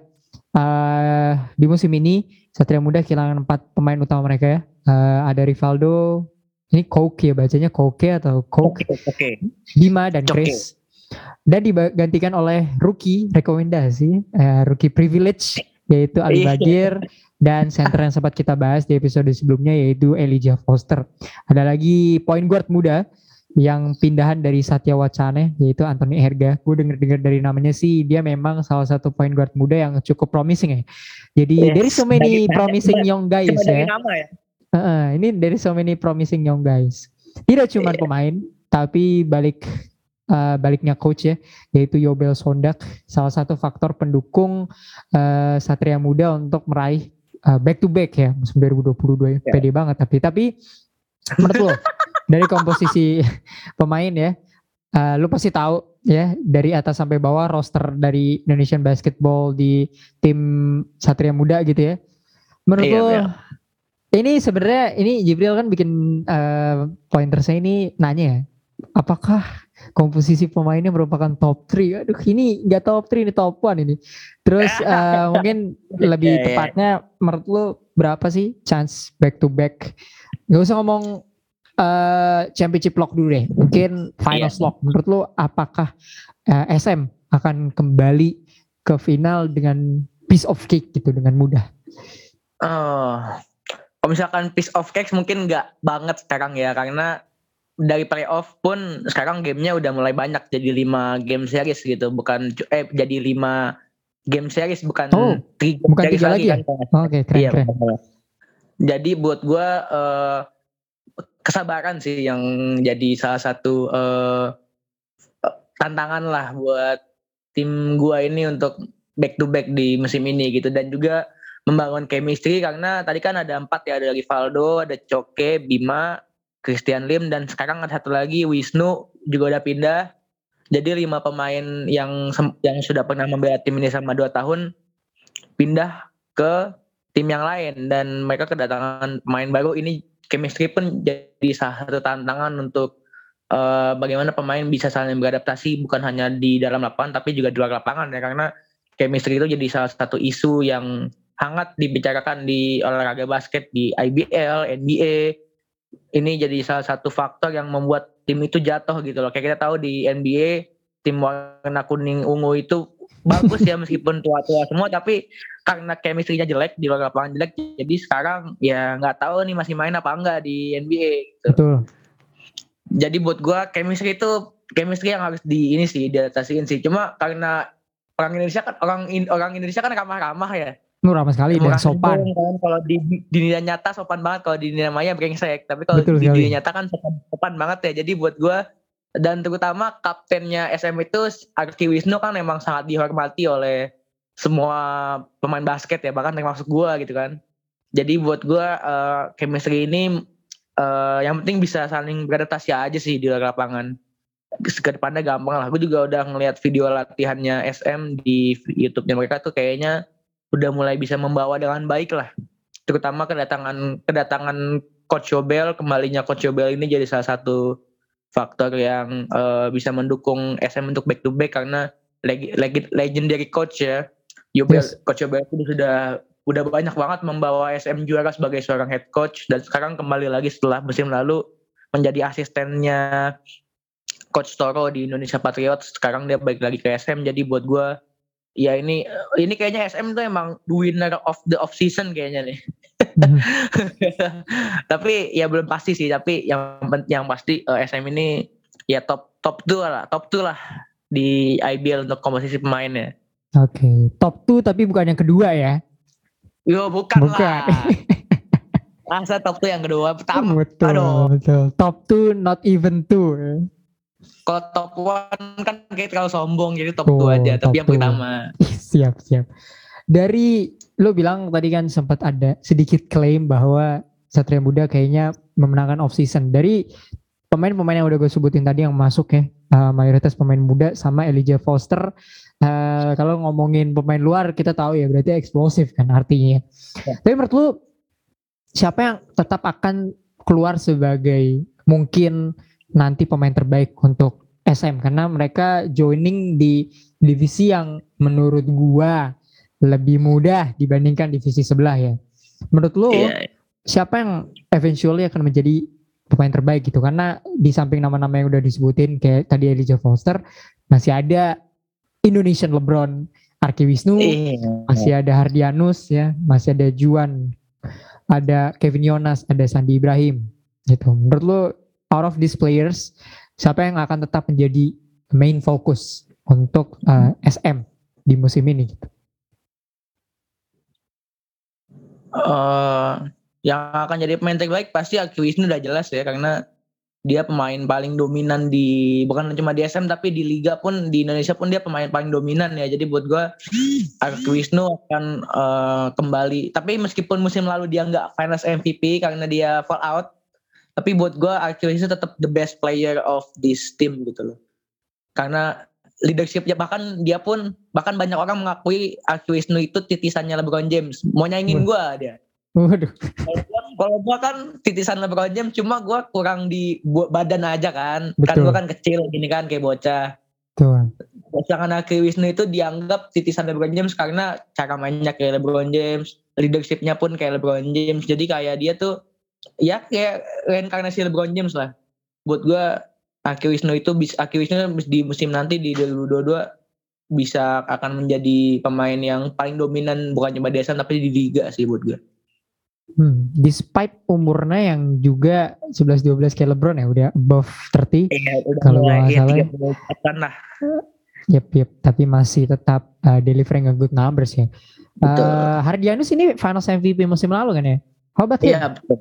Uh, di musim ini Satria Muda kehilangan empat pemain utama mereka ya. Uh, ada Rivaldo, ini Koke ya bacanya Koke atau Koke, okay. Bima dan okay. Chris. Dan digantikan oleh rookie rekomendasi, uh, rookie privilege, yaitu Ali Bagir. Dan center yang sempat kita bahas di episode sebelumnya yaitu Elijah Foster. Ada lagi point guard muda yang pindahan dari Satya Wacana yaitu Anthony Herga. Gue denger-dengar dari namanya sih dia memang salah satu point guard muda yang cukup promising ya. Jadi yes, dari so many dari, promising dari, young guys ya. Nama ya. Uh, ini dari so many promising young guys. Tidak cuma yeah. pemain tapi balik uh, baliknya coach ya, yaitu Yobel Sondak, salah satu faktor pendukung uh, Satria Muda untuk meraih Uh, back to back ya musim dua ribu dua puluh dua ya. Yeah. Pede banget tapi tapi menurut lo dari komposisi pemain ya, uh, lo pasti tahu ya dari atas sampai bawah roster dari Indonesian Basketball di tim Satria Muda gitu ya. Menurut yeah, lo yeah. ini sebenarnya ini Jibril kan bikin uh, pointer saya ini nanya ya, apakah komposisi pemainnya merupakan top tiga? Aduh ini gak top tiga, ini top satu ini. Terus uh, mungkin lebih yeah, tepatnya yeah. menurut lu berapa sih chance back to back? Gak usah ngomong uh, championship lock dulu deh. Mungkin final yeah. lock. Menurut lu apakah uh, S M akan kembali ke final dengan piece of cake gitu dengan mudah? Oh, kalau misalkan piece of cake mungkin gak banget sekarang ya, karena dari playoff pun sekarang gamenya udah mulai banyak, jadi lima game series gitu, bukan eh jadi lima game series bukan oh, tiga bukan tiga lagi, lagi kan? Ya? Oh, oke okay, keren iya, keren. Jadi buat gue uh, kesabaran sih yang jadi salah satu uh, tantangan lah buat tim gue ini untuk back to back di musim ini gitu, dan juga membangun chemistry karena tadi kan ada empat ya, ada Rivaldo, ada Coke, Bima, Christian Lim, dan sekarang ada satu lagi Wisnu juga udah pindah. Jadi lima pemain yang yang sudah pernah membela tim ini selama dua tahun pindah ke tim yang lain, dan mereka kedatangan pemain baru. Ini chemistry pun jadi salah satu tantangan untuk uh, bagaimana pemain bisa saling beradaptasi bukan hanya di dalam lapangan tapi juga di luar lapangan ya, karena chemistry itu jadi salah satu isu yang hangat dibicarakan di olahraga basket, di I B L, N B A. Ini jadi salah satu faktor yang membuat tim itu jatuh gitu loh. Kayak kita tahu di N B A tim warna kuning ungu itu bagus ya meskipun tua-tua semua, tapi karena chemistry-nya jelek di luar lapangan jelek, jadi sekarang ya nggak tahu nih masih main apa enggak di N B A gitu. Betul. Jadi buat gue chemistry itu chemistry yang harus di ini sih diadaptasiin sih. Cuma karena orang Indonesia kan orang orang Indonesia kan ramah-ramah ya. Lu ramah sekali dan sopan. Kan, kalau di di dunia nyata sopan banget, kalau di dunia maya brengsek. Tapi kalau di dunia nyata kan sopan, sopan banget ya. Jadi buat gue, dan terutama kaptennya S M itu Arki Wisnu kan memang sangat dihormati oleh semua pemain basket ya, bahkan termasuk gue gitu kan. Jadi buat gue uh, chemistry ini uh, yang penting bisa saling beradaptasi aja sih di luar lapangan. Kedepannya gampang lah. Gue juga udah ngeliat video latihannya S M di YouTube-nya mereka tuh kayaknya udah mulai bisa membawa dengan baik lah. Terutama kedatangan kedatangan Coach Yobel, kembalinya Coach Yobel ini jadi salah satu faktor yang uh, bisa mendukung S M untuk back to back, karena leg- leg- legendary coach ya. Yobel, yes. Coach Yobel itu sudah udah banyak banget membawa S M juara sebagai seorang head coach, dan sekarang kembali lagi setelah musim lalu menjadi asistennya Coach Toro di Indonesia Patriots. Sekarang dia balik lagi ke S M. Jadi buat gue ya ini ini kayaknya S M tuh emang winner of the off season kayaknya nih. Hmm. Tapi ya belum pasti sih, tapi yang yang pasti uh, S M ini ya top top dua lah, top dua lah di I B L untuk komposisi pemainnya. Oke, okay. Top dua tapi bukan yang kedua ya? Yo bukan, bukan. lah. Masa top dua yang kedua, pertama. Betul, aduh. Betul. Top dua not even two. Kalau top one kan kayak terlalu sombong, jadi top oh, two aja, tapi yang two. Pertama. Siap, siap. Dari lo bilang tadi kan sempat ada sedikit klaim bahwa Satria Muda kayaknya memenangkan off season. Dari pemain-pemain yang udah gue sebutin tadi yang masuk ya, uh, mayoritas pemain muda sama Elijah Foster. Uh, kalau ngomongin pemain luar kita tahu ya berarti eksplosif kan artinya. Ya. Tapi menurut lo siapa yang tetap akan keluar sebagai mungkin nanti pemain terbaik untuk S M, karena mereka joining di divisi yang menurut gua lebih mudah dibandingkan divisi sebelah ya. Menurut lo yeah. siapa yang eventually akan menjadi pemain terbaik gitu? Karena di samping nama-nama yang udah disebutin kayak tadi Elijah Foster, masih ada Indonesian LeBron, Arki Wisnu, yeah. masih ada Hardianus ya, masih ada Juan, ada Kevin Yonas, ada Sandi Ibrahim gitu. Menurut lo out of these players, siapa yang akan tetap menjadi main fokus untuk uh, S M di musim ini? Uh, yang akan jadi pemain terbaik pasti Arki Wisnu udah jelas ya, karena dia pemain paling dominan di, bukan cuma di S M tapi di liga pun, di Indonesia pun dia pemain paling dominan ya. Jadi buat gue Arki Wisnu akan uh, kembali. Tapi meskipun musim lalu dia nggak finals M V P karena dia fall out, tapi buat gue Arki Wisnu tetap the best player of this team gitu loh. Karena leadershipnya, bahkan dia pun, bahkan banyak orang mengakui Arki Wisnu itu titisannya LeBron James. Mau nyaingin gue dia. Waduh. Kalau gue kan titisan LeBron James, cuma gue kurang di badan aja kan. Betul. Kan gue kan kecil gini kan kayak bocah. Betul. Sedangkan Arki Wisnu itu dianggap titisan LeBron James karena cara mainnya kayak LeBron James, leadershipnya pun kayak LeBron James. Jadi kayak dia tuh ya kayak reinkarnasi LeBron James lah. Buat gue Arki Wisnu itu bisa, Arki Wisnu di musim nanti di dua ribu dua puluh dua bisa akan menjadi pemain yang paling dominan, bukan cuma di S M tapi di liga sih buat gue. Hmm, despite umurnya yang juga sebelas dua belas kayak LeBron ya, udah above tiga puluh. Iya, udah kalau nggak ya, salah. tiga puluh lah. Yep, yep, tapi masih tetap uh, delivering a good numbers ya. Uh, Hardianus ini finals M V P musim lalu kan ya? How about him? Iya betul.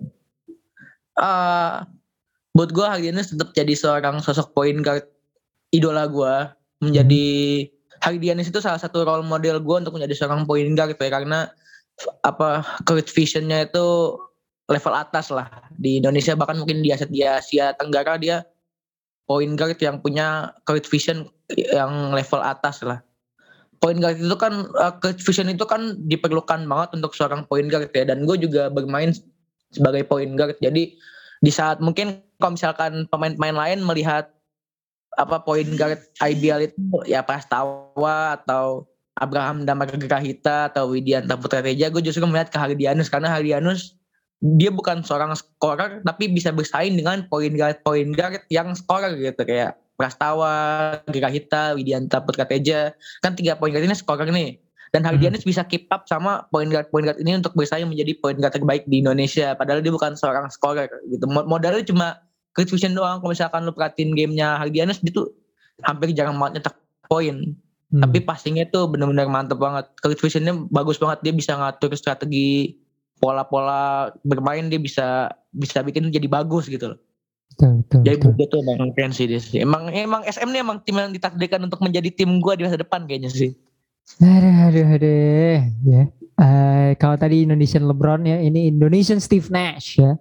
Uh, buat gue Hardianus tetap jadi seorang sosok point guard idola gue. Menjadi hmm. Hardianus itu salah satu role model gue untuk menjadi seorang point guard ya, karena apa court visionnya itu level atas lah di Indonesia, bahkan mungkin di Asia, di Asia Tenggara dia point guard yang punya court vision yang level atas lah. Point guard itu kan uh, court vision itu kan diperlukan banget untuk seorang point guard ya, dan gue juga bermain sebagai point guard. Jadi di saat mungkin kalau misalkan pemain-pemain lain melihat apa point guard I B L itu ya Prastawa atau Abraham Damar Grahita atau Widianta Putra Teja, gue justru melihat ke Hardianus, karena Hardianus dia bukan seorang scorer tapi bisa bersaing dengan point guard point guard yang scorer gitu, kayak Prastawa, Grahita, Widianta Putra Teja, kan tiga point guard ini scorer nih. Dan Hardianus hmm. bisa keep up sama point guard point guard ini untuk bersaing menjadi point guard terbaik di Indonesia. Padahal dia bukan seorang scorer gitu. Modalnya cuma court vision doang. Kalau misalkan lu perhatiin gamenya Hardianus, dia tuh hampir jarang banget nyetak poin. Hmm. Tapi passingnya tuh benar-benar mantep banget. Court visionnya bagus banget. Dia bisa ngatur strategi, pola-pola bermain, dia bisa bisa bikin jadi bagus gitu loh. Betul, betul, jadi betul. Dia tuh emang keren sih dia sih. Emang emang S M nih emang tim yang ditakdirkan untuk menjadi tim gue di masa depan kayaknya sih. Aduh, aduh, aduh, ya. Uh, kalau tadi Indonesian LeBron ya, ini Indonesian Steve Nash ya.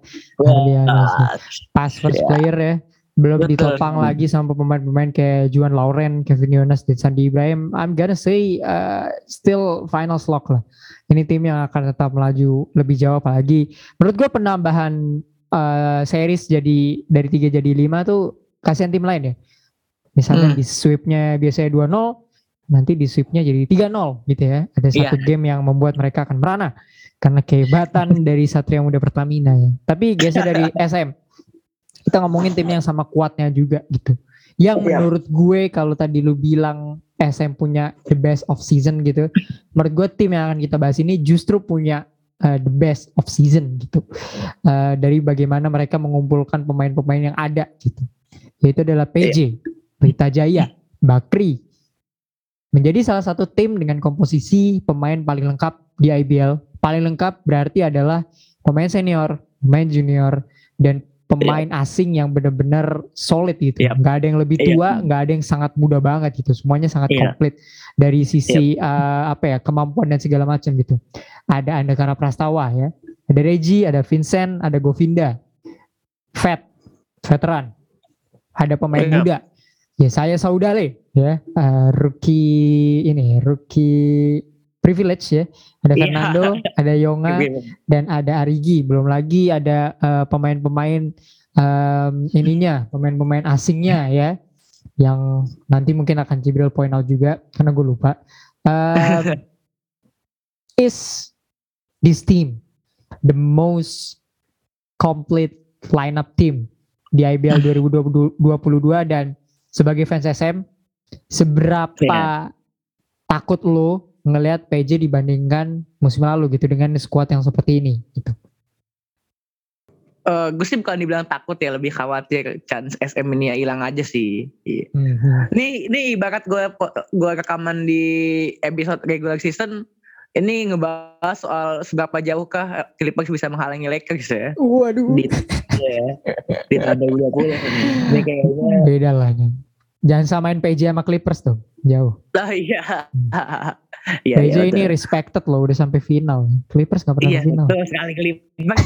Wah, pas first yeah. player ya, belum betul. Ditopang lagi sama pemain-pemain kayak Juan Lauren, Kevin Yonas, dan Sandi Ibrahim. I'm gonna say uh, still final slot lah. Ini tim yang akan tetap melaju lebih jauh, apalagi menurut gue penambahan uh, series jadi dari tiga jadi lima tuh kasihan tim lain ya. Misalnya hmm. di sweepnya biasanya dua nol, nanti di sweepnya jadi tiga nol gitu ya. Ada satu yeah. game yang membuat mereka akan merana karena kehebatan dari Satria Muda Pertamina ya. Tapi geser dari S M, kita ngomongin tim yang sama kuatnya juga gitu. Yang yeah. menurut gue kalau tadi lu bilang S M punya the best of season gitu, menurut gue tim yang akan kita bahas ini justru punya uh, the best of season gitu. Uh, dari bagaimana mereka mengumpulkan pemain-pemain yang ada gitu. Yaitu adalah P J, Pelita Jaya, Bakri. Menjadi salah satu tim dengan komposisi pemain paling lengkap di I B L. Paling lengkap berarti adalah pemain senior, pemain junior, dan pemain yeah. asing yang benar-benar solid gitu. Yeah. Gak ada yang lebih tua, yeah. gak ada yang sangat muda banget gitu. Semuanya sangat yeah. komplit dari sisi yeah. uh, apa ya kemampuan dan segala macam gitu. Ada Andakara Prastawa ya, ada Reggie, ada Vincent, ada Govinda, vet, veteran, ada pemain yeah. muda. Ya saya Saudale ya, uh, rookie ini, rookie privilege ya. Ada yeah. Fernando, ada Yonga, dan ada Arigi. Belum lagi ada uh, pemain-pemain um, ininya, pemain-pemain asingnya ya, yang nanti mungkin akan Jibril point out juga karena gue lupa. Uh, is this team the most complete lineup team di I B L dua ribu dua puluh dua, dan sebagai fans S M, seberapa yeah. takut lo ngelihat P J dibandingkan musim lalu gitu dengan skuad yang seperti ini gitu? Uh, gue sih bukan dibilang takut ya, lebih khawatir chance S M ini ya hilang aja sih. Mm-hmm. Ini ini ibarat gue gue rekaman di episode regular season ini ngebahas soal seberapa jauhkah Clippers bisa menghalangi Lakers ya. Waduh. Di, ya, di tahun dua ribu dua puluh ini kayaknya beda lah. Jangan samain P J sama Clippers tuh, jauh. Oh iya. Hmm. Ya, P J ya, ini respected loh, udah sampai final. Clippers gak pernah iya, final. Iya, sekali Clippers.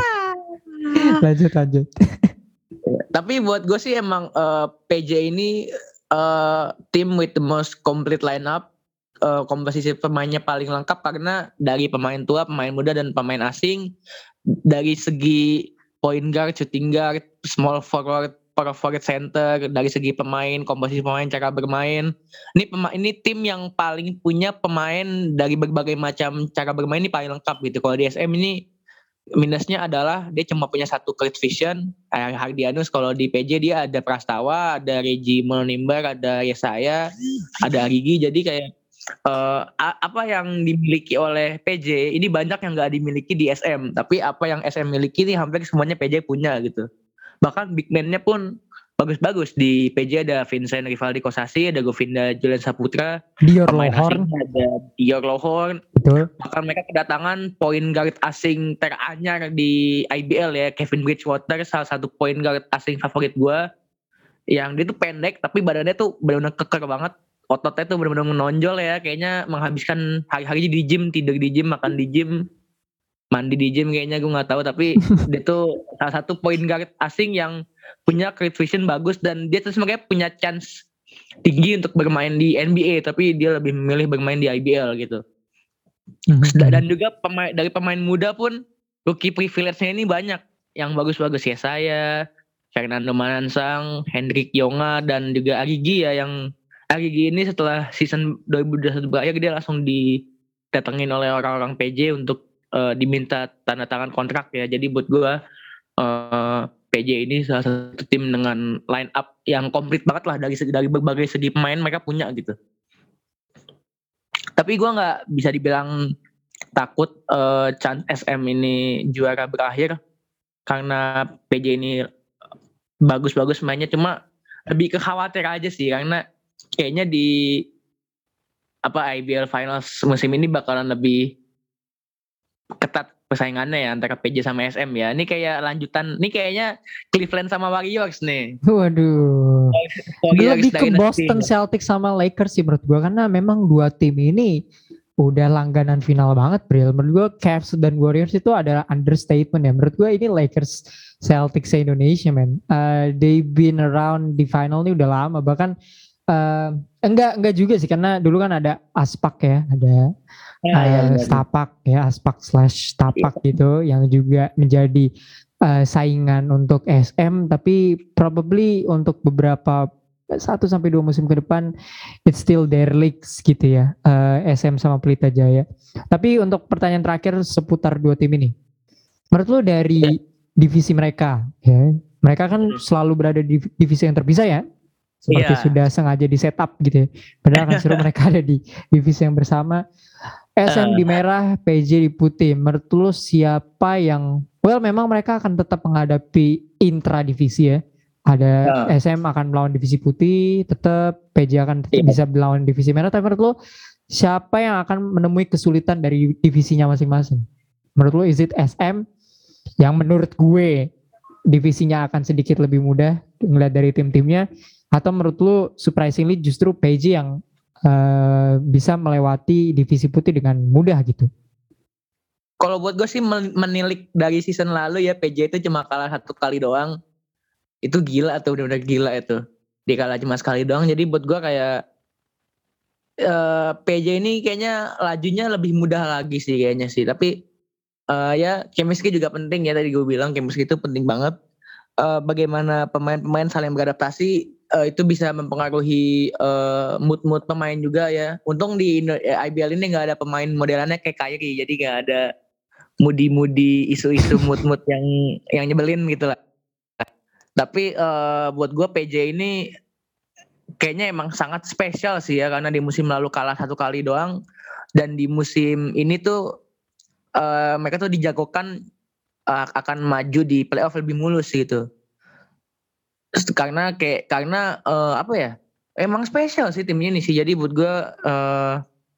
lanjut lanjut. Tapi buat gue sih emang uh, P J ini uh, team with the most complete lineup. Uh, komposisi pemainnya paling lengkap karena dari pemain tua, pemain muda, dan pemain asing. Dari segi point guard, shooting guard, small forward, power forward, center, dari segi pemain, komposisi pemain, cara bermain. Ini pemain, ini tim yang paling punya pemain dari berbagai macam cara bermain, ini paling lengkap gitu. Kalau di S M ini minusnya adalah dia cuma punya satu court vision, kayak Hardianus. Kalau di P J dia ada Prastawa, ada Reggie Monimbar, ada Yesaya, ada Arigi. Jadi kayak Uh, apa yang dimiliki oleh P J ini banyak yang nggak dimiliki di S M, tapi apa yang S M miliki ini hampir semuanya P J punya gitu. Bahkan big man-nya pun bagus-bagus. Di P J ada Vincent Rivaldi Kosasi, ada Govinda Julian Saputra, Dior pemain Lohorn, asingnya ada Dior Lohorn. betul. Bahkan mereka kedatangan point guard asing teranyar di I B L ya, Kevin Bridgewater, salah satu point guard asing favorit gue. Yang dia tuh pendek tapi badannya tuh benar-benar keker banget. Ototnya tuh benar-benar menonjol ya, kayaknya menghabiskan hari-hari di gym, tidur di gym, makan di gym, mandi di gym kayaknya, gue nggak tahu. Tapi dia tuh salah satu point guard asing yang punya create vision bagus, dan dia tuh sebenarnya punya chance tinggi untuk bermain di N B A, tapi dia lebih memilih bermain di I B L gitu. Mm-hmm. Dan juga pemain, dari pemain muda pun rookie privilege-nya ini banyak yang bagus-bagus ya, saya Fernando Manansang, Hendrik Yonga, dan juga Arigi ya, yang Arigi ini setelah season dua ribu dua puluh satu berakhir dia langsung didatengin oleh orang-orang P J untuk uh, diminta tanda tangan kontrak ya. Jadi buat gue uh, P J ini salah satu tim dengan line up yang komplit banget lah, dari segi, dari berbagai segi pemain mereka punya gitu. Tapi gue nggak bisa dibilang takut uh, chance S M ini juara berakhir, karena P J ini bagus-bagus mainnya, cuma lebih kekhawatir aja sih, karena kayaknya di apa I B L Finals musim ini bakalan lebih ketat persaingannya ya antara P J sama S M ya. Ini kayak lanjutan, ini kayaknya Cleveland sama Warriors nih. Waduh. Gue lebih ke Boston Celtics sama Lakers sih menurut gue, karena memang dua tim ini udah langganan final banget, Bril. Menurut gue Cavs dan Warriors itu adalah understatement ya. Menurut gue ini Lakers Celtics Indonesia, man. Uh, they been around di final ini udah lama. Bahkan uh, enggak enggak juga sih, karena dulu kan ada Aspak ya, ada Ya, uh, ya, Stapak ya, Aspak slash Stapak ya. Gitu, yang juga menjadi uh, saingan untuk S M, tapi probably untuk beberapa satu sampai dua musim ke depan it's still their leagues gitu ya, uh, S M sama Pelita Jaya. Tapi untuk pertanyaan terakhir seputar dua tim ini, menurut lo dari ya. divisi mereka ya, mereka kan selalu berada di divisi yang terpisah ya, seperti ya. Sudah sengaja di setup gitu ya, padahal kan seru mereka ada di divisi yang bersama. S M uh. di merah, P J di putih. Menurut lo siapa yang, well memang mereka akan tetap menghadapi intra divisi ya. Ada uh. S M akan melawan divisi putih, tetap P J akan tetap yeah. bisa melawan divisi merah. Tapi menurut lo siapa yang akan menemui kesulitan dari divisinya masing-masing? Menurut lo is it S M yang menurut gue divisinya akan sedikit lebih mudah ngeliat dari tim-timnya, atau menurut lo surprisingly justru P J yang Uh, bisa melewati divisi putih dengan mudah gitu? Kalau buat gue sih menilik dari season lalu ya, P J itu cuma kalah satu kali doang. Itu gila tuh, udah-udah gila itu. Dia kalah cuma sekali doang. Jadi buat gue kayak uh, P J ini kayaknya lajunya lebih mudah lagi sih kayaknya sih. Tapi uh, ya chemistry juga penting ya, tadi gue bilang chemistry itu penting banget. Uh, bagaimana pemain-pemain saling beradaptasi, uh, itu bisa mempengaruhi uh, mood-mood pemain juga ya. Untung di I B L ini gak ada pemain modelannya kayak Kyrie, jadi gak ada moody-moody isu-isu mood-mood yang yang nyebelin gitu lah. Tapi uh, buat gue P J ini kayaknya emang sangat spesial sih ya, karena di musim lalu kalah satu kali doang, dan di musim ini tuh uh, mereka tuh dijagokan uh, akan maju di playoff lebih mulus gitu. Karena kayak karena uh, apa ya, emang spesial sih timnya ini sih. Jadi buat gue uh,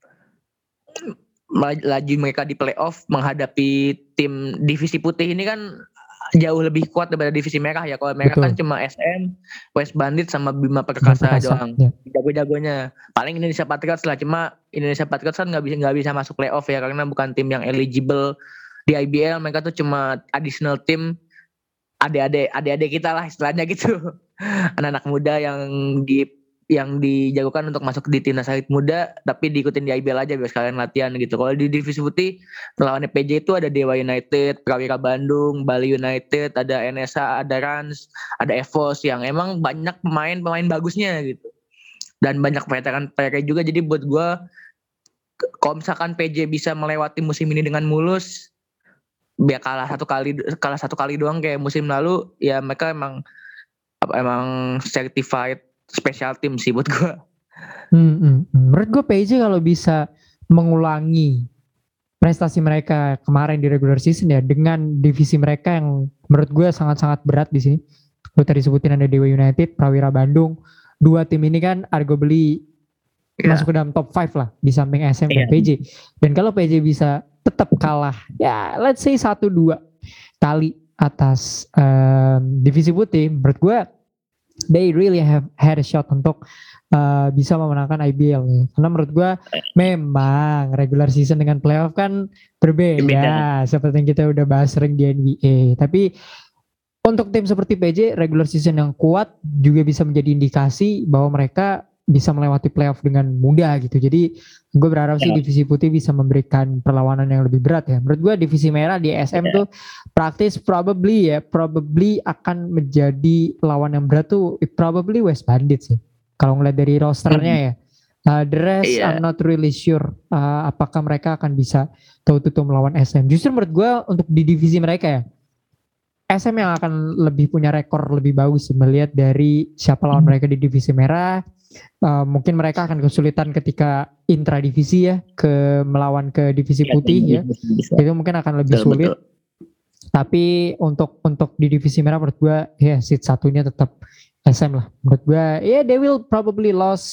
laju mereka di playoff menghadapi tim divisi putih ini kan jauh lebih kuat daripada divisi merah ya. Kalau mereka kan cuma S M, West Bandit sama Bima Perkasa, Perkasa doang ya. Jago-jagonya paling Indonesia Patriots lah. Cuma Indonesia Patriots kan nggak bisa nggak bisa masuk playoff ya, karena bukan tim yang eligible di I B L. Mereka tuh cuma additional team, adik-adik adik-adik kita lah istilahnya gitu. Anak-anak muda yang di yang dijagokan untuk masuk di timnas elit muda, tapi diikutin di I B L aja biar sekalian latihan gitu. Kalau di divisi putih lawannya P J itu ada Dewa United, Prawira Bandung, Bali United, ada N S A, ada Rans, ada Evos yang emang banyak pemain-pemain bagusnya gitu. Dan banyak veteran-veteran juga. Jadi buat gue, kalau misalkan P J bisa melewati musim ini dengan mulus, biar kalah satu kali kalah satu kali doang kayak musim lalu, ya mereka emang emang certified special team sih buat gue. Hmm, hmm. Menurut gue P J kalau bisa mengulangi prestasi mereka kemarin di regular season ya, dengan divisi mereka yang menurut gue sangat-sangat berat di sini. Lu tadi sebutin ada Dewa United, Prawira Bandung. Dua tim ini kan arguably yeah. masuk ke dalam top lima lah di samping S M yeah. dan P J. Dan kalau P J bisa tetap kalah, ya let's say satu dua kali atas um, divisi putih, menurut gue they really have had a shot untuk uh, bisa memenangkan I B L ya. Karena menurut gue memang regular season dengan playoff kan berbeda, Beda. seperti yang kita udah bahas sering di N B A. Tapi untuk tim seperti P J, regular season yang kuat juga bisa menjadi indikasi bahwa mereka bisa melewati playoff dengan mudah gitu. Jadi gue berharap sih divisi putih bisa memberikan perlawanan yang lebih berat ya. Menurut gue divisi merah di S M yeah. tuh praktis probably ya, probably akan menjadi lawan yang berat tuh probably West Bandits sih. Kalau ngeliat dari rosternya ya. Uh, the rest yeah. I'm not really sure uh, apakah mereka akan bisa tahu-tahu melawan S M. Justru menurut gue untuk di divisi mereka ya, S M yang akan lebih punya rekor lebih bagus sih, melihat dari siapa lawan mereka di divisi merah. Uh, mungkin mereka akan kesulitan ketika intra divisi ya ke melawan ke divisi putih ya, ya. Itu mungkin akan lebih betul, sulit betul. Tapi untuk untuk di divisi merah menurut gue ya seat satunya tetap S M lah menurut gue ya. Yeah, they will probably lose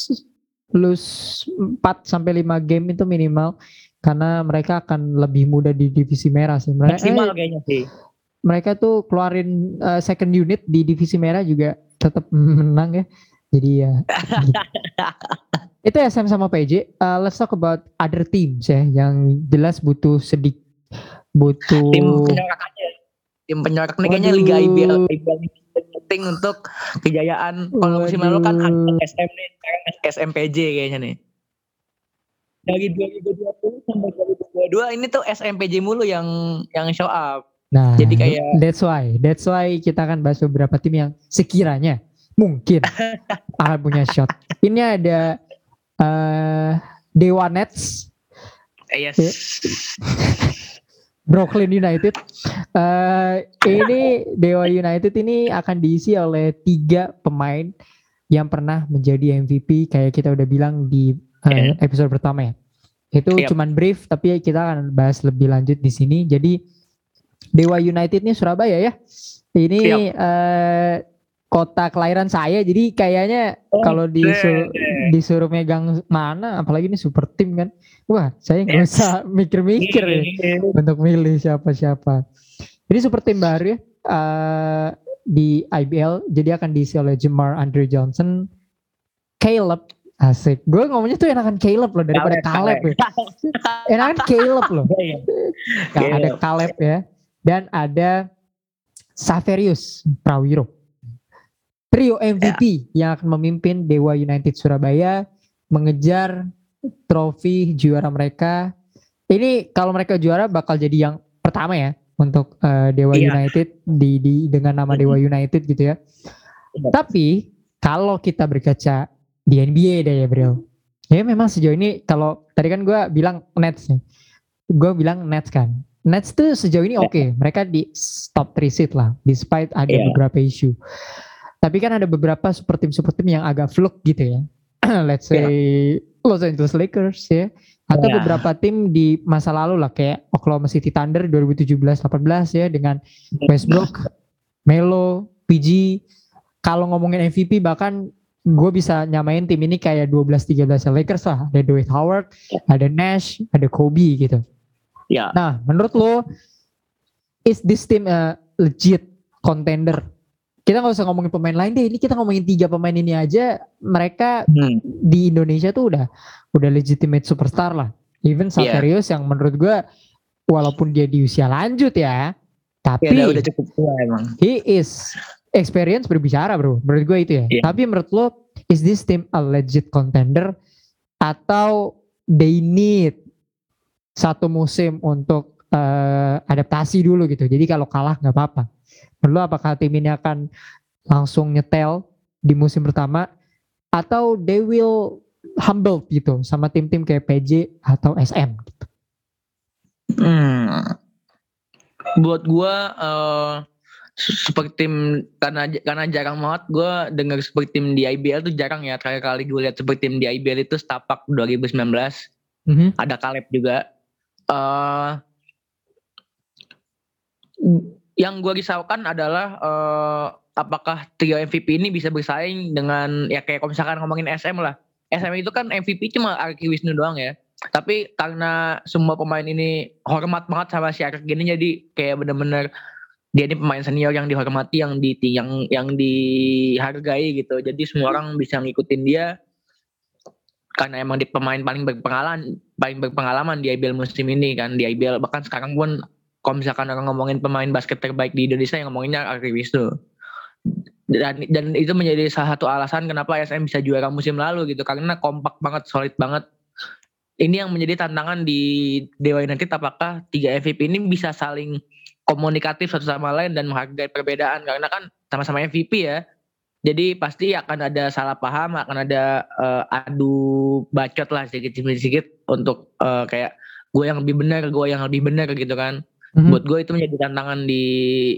lose empat sampai lima game itu minimal, karena mereka akan lebih mudah di divisi merah sih mereka, maksimal eh, kayaknya sih mereka tuh keluarin uh, second unit di divisi merah juga tetap menang ya. Jadi ya itu S M sama P J. Uh, let's talk about other teams ya yang jelas butuh sedikit butuh tim penyorakannya. Tim penyorak nih kayaknya Liga I B L penting untuk kejayaan. Kalau musim lalu kan ada S M nih, S M P J kayaknya nih. Dari dua ribu dua puluh sampai dua ribu dua puluh dua ini tuh S M P J mulu yang yang show up. Nah, jadi kayak that's why, that's why kita akan bahas beberapa tim yang sekiranya mungkin akan punya shot. Ini ada uh, Dewa Nets, yes. Brooklyn United. Uh, ini Dewa United ini akan diisi oleh tiga pemain yang pernah menjadi M V P kayak kita udah bilang di uh, episode pertama ya. Itu yep. cuman brief, tapi kita akan bahas lebih lanjut di sini. Jadi Dewa United ini Surabaya ya. Ini yep. uh, kota kelahiran saya, jadi kayaknya oh, kalau disuruh, disuruh megang mana, apalagi ini super tim kan, wah saya nggak usah mikir-mikir ya untuk milih siapa-siapa. Jadi super tim baru ya uh, di I B L, jadi akan diisi oleh Jamar Andre Johnson, Caleb, asik. Gue ngomongnya tuh enakan Caleb loh daripada Caleb, Caleb ya. Enakan Caleb loh. Nah, ada Caleb ya, dan ada Saverius Prawiro. Trio M V P yeah. yang akan memimpin Dewa United Surabaya mengejar trofi juara mereka. Ini kalau mereka juara bakal jadi yang pertama ya untuk uh, Dewa yeah. United di, di dengan nama Dewa United gitu ya. Yeah. Tapi kalau kita berkaca di N B A deh ya bro, ya memang sejauh ini kalau tadi kan gue bilang Nets nih, gue bilang Nets kan. Nets tuh sejauh ini oke, okay. mereka di top three seed lah, despite ada yeah. beberapa isu. Tapi kan ada beberapa super tim super tim yang agak fluk gitu ya. Let's say yeah. Los Angeles Lakers ya. Atau yeah. beberapa tim di masa lalu lah kayak Oklahoma City Thunder dua ribu tujuh belas delapan belas ya dengan Westbrook, Melo, P G. Kalau ngomongin M V P bahkan gue bisa nyamain tim ini kayak dua belas tiga belas Lakers lah. Ada Dwight Howard, ada Nash, ada Kobe gitu. Yeah. Nah, menurut lo is this team a legit contender? Kita gak usah ngomongin pemain lain deh, ini kita ngomongin tiga pemain ini aja, mereka hmm. di Indonesia tuh udah udah legitimate superstar lah. Even Saverius yeah. yang menurut gue walaupun dia di usia lanjut ya, tapi yeah, udah cukup tua emang. He is experience berbicara bro, menurut gue itu ya. Yeah. Tapi menurut lo, is this team a legit contender atau they need satu musim untuk uh, adaptasi dulu gitu? Jadi kalau kalah nggak apa-apa. Lalu apakah tim ini akan langsung nyetel di musim pertama atau they will humble gitu sama tim-tim kayak P J atau S M gitu? Hmm. Buat gue uh, seperti tim karena karena jarang banget gue dengar seperti tim di I B L tuh jarang ya. Terakhir kali gue lihat seperti tim di I B L itu Setapak dua ribu sembilan belas. Mm-hmm. Ada Caleb juga. Uh, yang gue risaukan adalah uh, apakah trio M V P ini bisa bersaing dengan ya kayak kalau misalkan ngomongin S M lah. S M itu kan M V P cuma Arki Wisnu doang ya. Tapi karena semua pemain ini hormat banget sama si Arki ini, jadi kayak bener-bener dia ini pemain senior yang dihormati, yang di yang yang dihargai gitu. Jadi semua orang bisa ngikutin dia karena emang dia pemain paling berpengalaman, paling berpengalaman di I B L musim ini kan, di I B L. Bahkan sekarang pun kalau misalkan orang ngomongin pemain basket terbaik di Indonesia, yang ngomonginnya Arki Wisnu. Dan dan itu menjadi salah satu alasan kenapa S M bisa juara musim lalu gitu, karena kompak banget, solid banget. Ini yang menjadi tantangan di Dewa United, apakah tiga M V P ini bisa saling komunikatif satu sama lain dan menghargai perbedaan, karena kan sama-sama M V P ya. Jadi pasti akan ada salah paham, akan ada uh, adu bacot lah sedikit-sedikit untuk uh, kayak gue yang lebih benar, gue yang lebih benar gitu kan. Mm-hmm. Buat gue itu menjadi tantangan di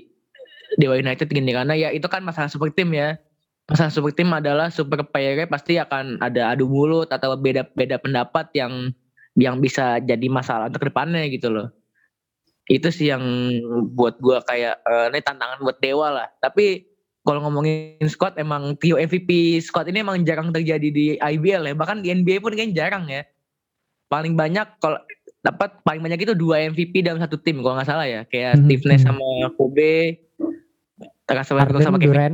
Dewa United gini, karena ya itu kan masalah super tim ya. Masalah super tim adalah super player pasti akan ada adu mulut atau beda-beda pendapat yang yang bisa jadi masalah untuk kedepannya gitu loh. Itu sih yang buat gue kayak uh, ini tantangan buat Dewa lah. Tapi kalau ngomongin squad, emang trio M V P squad ini emang jarang terjadi di I B L ya. Bahkan di N B A pun kayaknya jarang ya. Paling banyak kalau dapat paling banyak itu dua M V P dalam satu tim kalau nggak salah ya. Kayak mm-hmm. Steve Nash sama Kobe, Harden sama Durant.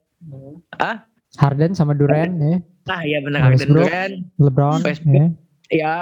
Ah? Harden sama Durant ya. Ah iya benar, Harden, Durant, LeBron. Ya. ya.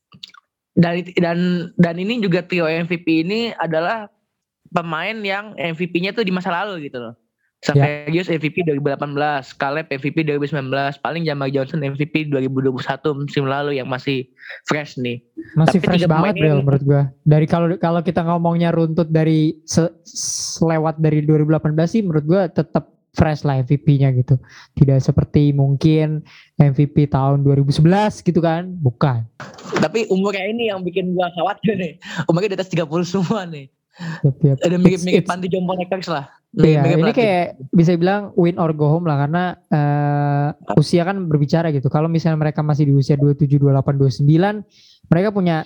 Dan dan dan ini juga trio M V P ini adalah pemain yang M V P-nya tuh di masa lalu gitu loh. Saverius yeah. M V P dua ribu delapan belas, Caleb M V P dua ribu sembilan belas, paling Jamal Johnson M V P dua ribu dua puluh satu musim lalu yang masih fresh nih. Masih Tapi fresh banget bro menurut gua. Dari kalau kalau kita ngomongnya runtut dari se, selewat dari dua ribu delapan belas sih menurut gua tetap fresh lah M V P-nya gitu. Tidak seperti mungkin M V P tahun dua ribu sebelas gitu kan, bukan. Tapi umurnya ini yang bikin gua khawatir nih. Umurnya di atas tiga puluh semua nih. Yep, yep. Ada mirip-mirip Panti Jompo Lakers lah. Iya, ini kayak bisa bilang win or go home lah, karena uh, usia kan berbicara gitu. Kalau misalnya mereka masih di usia dua puluh tujuh, dua puluh delapan, dua puluh sembilan, mereka punya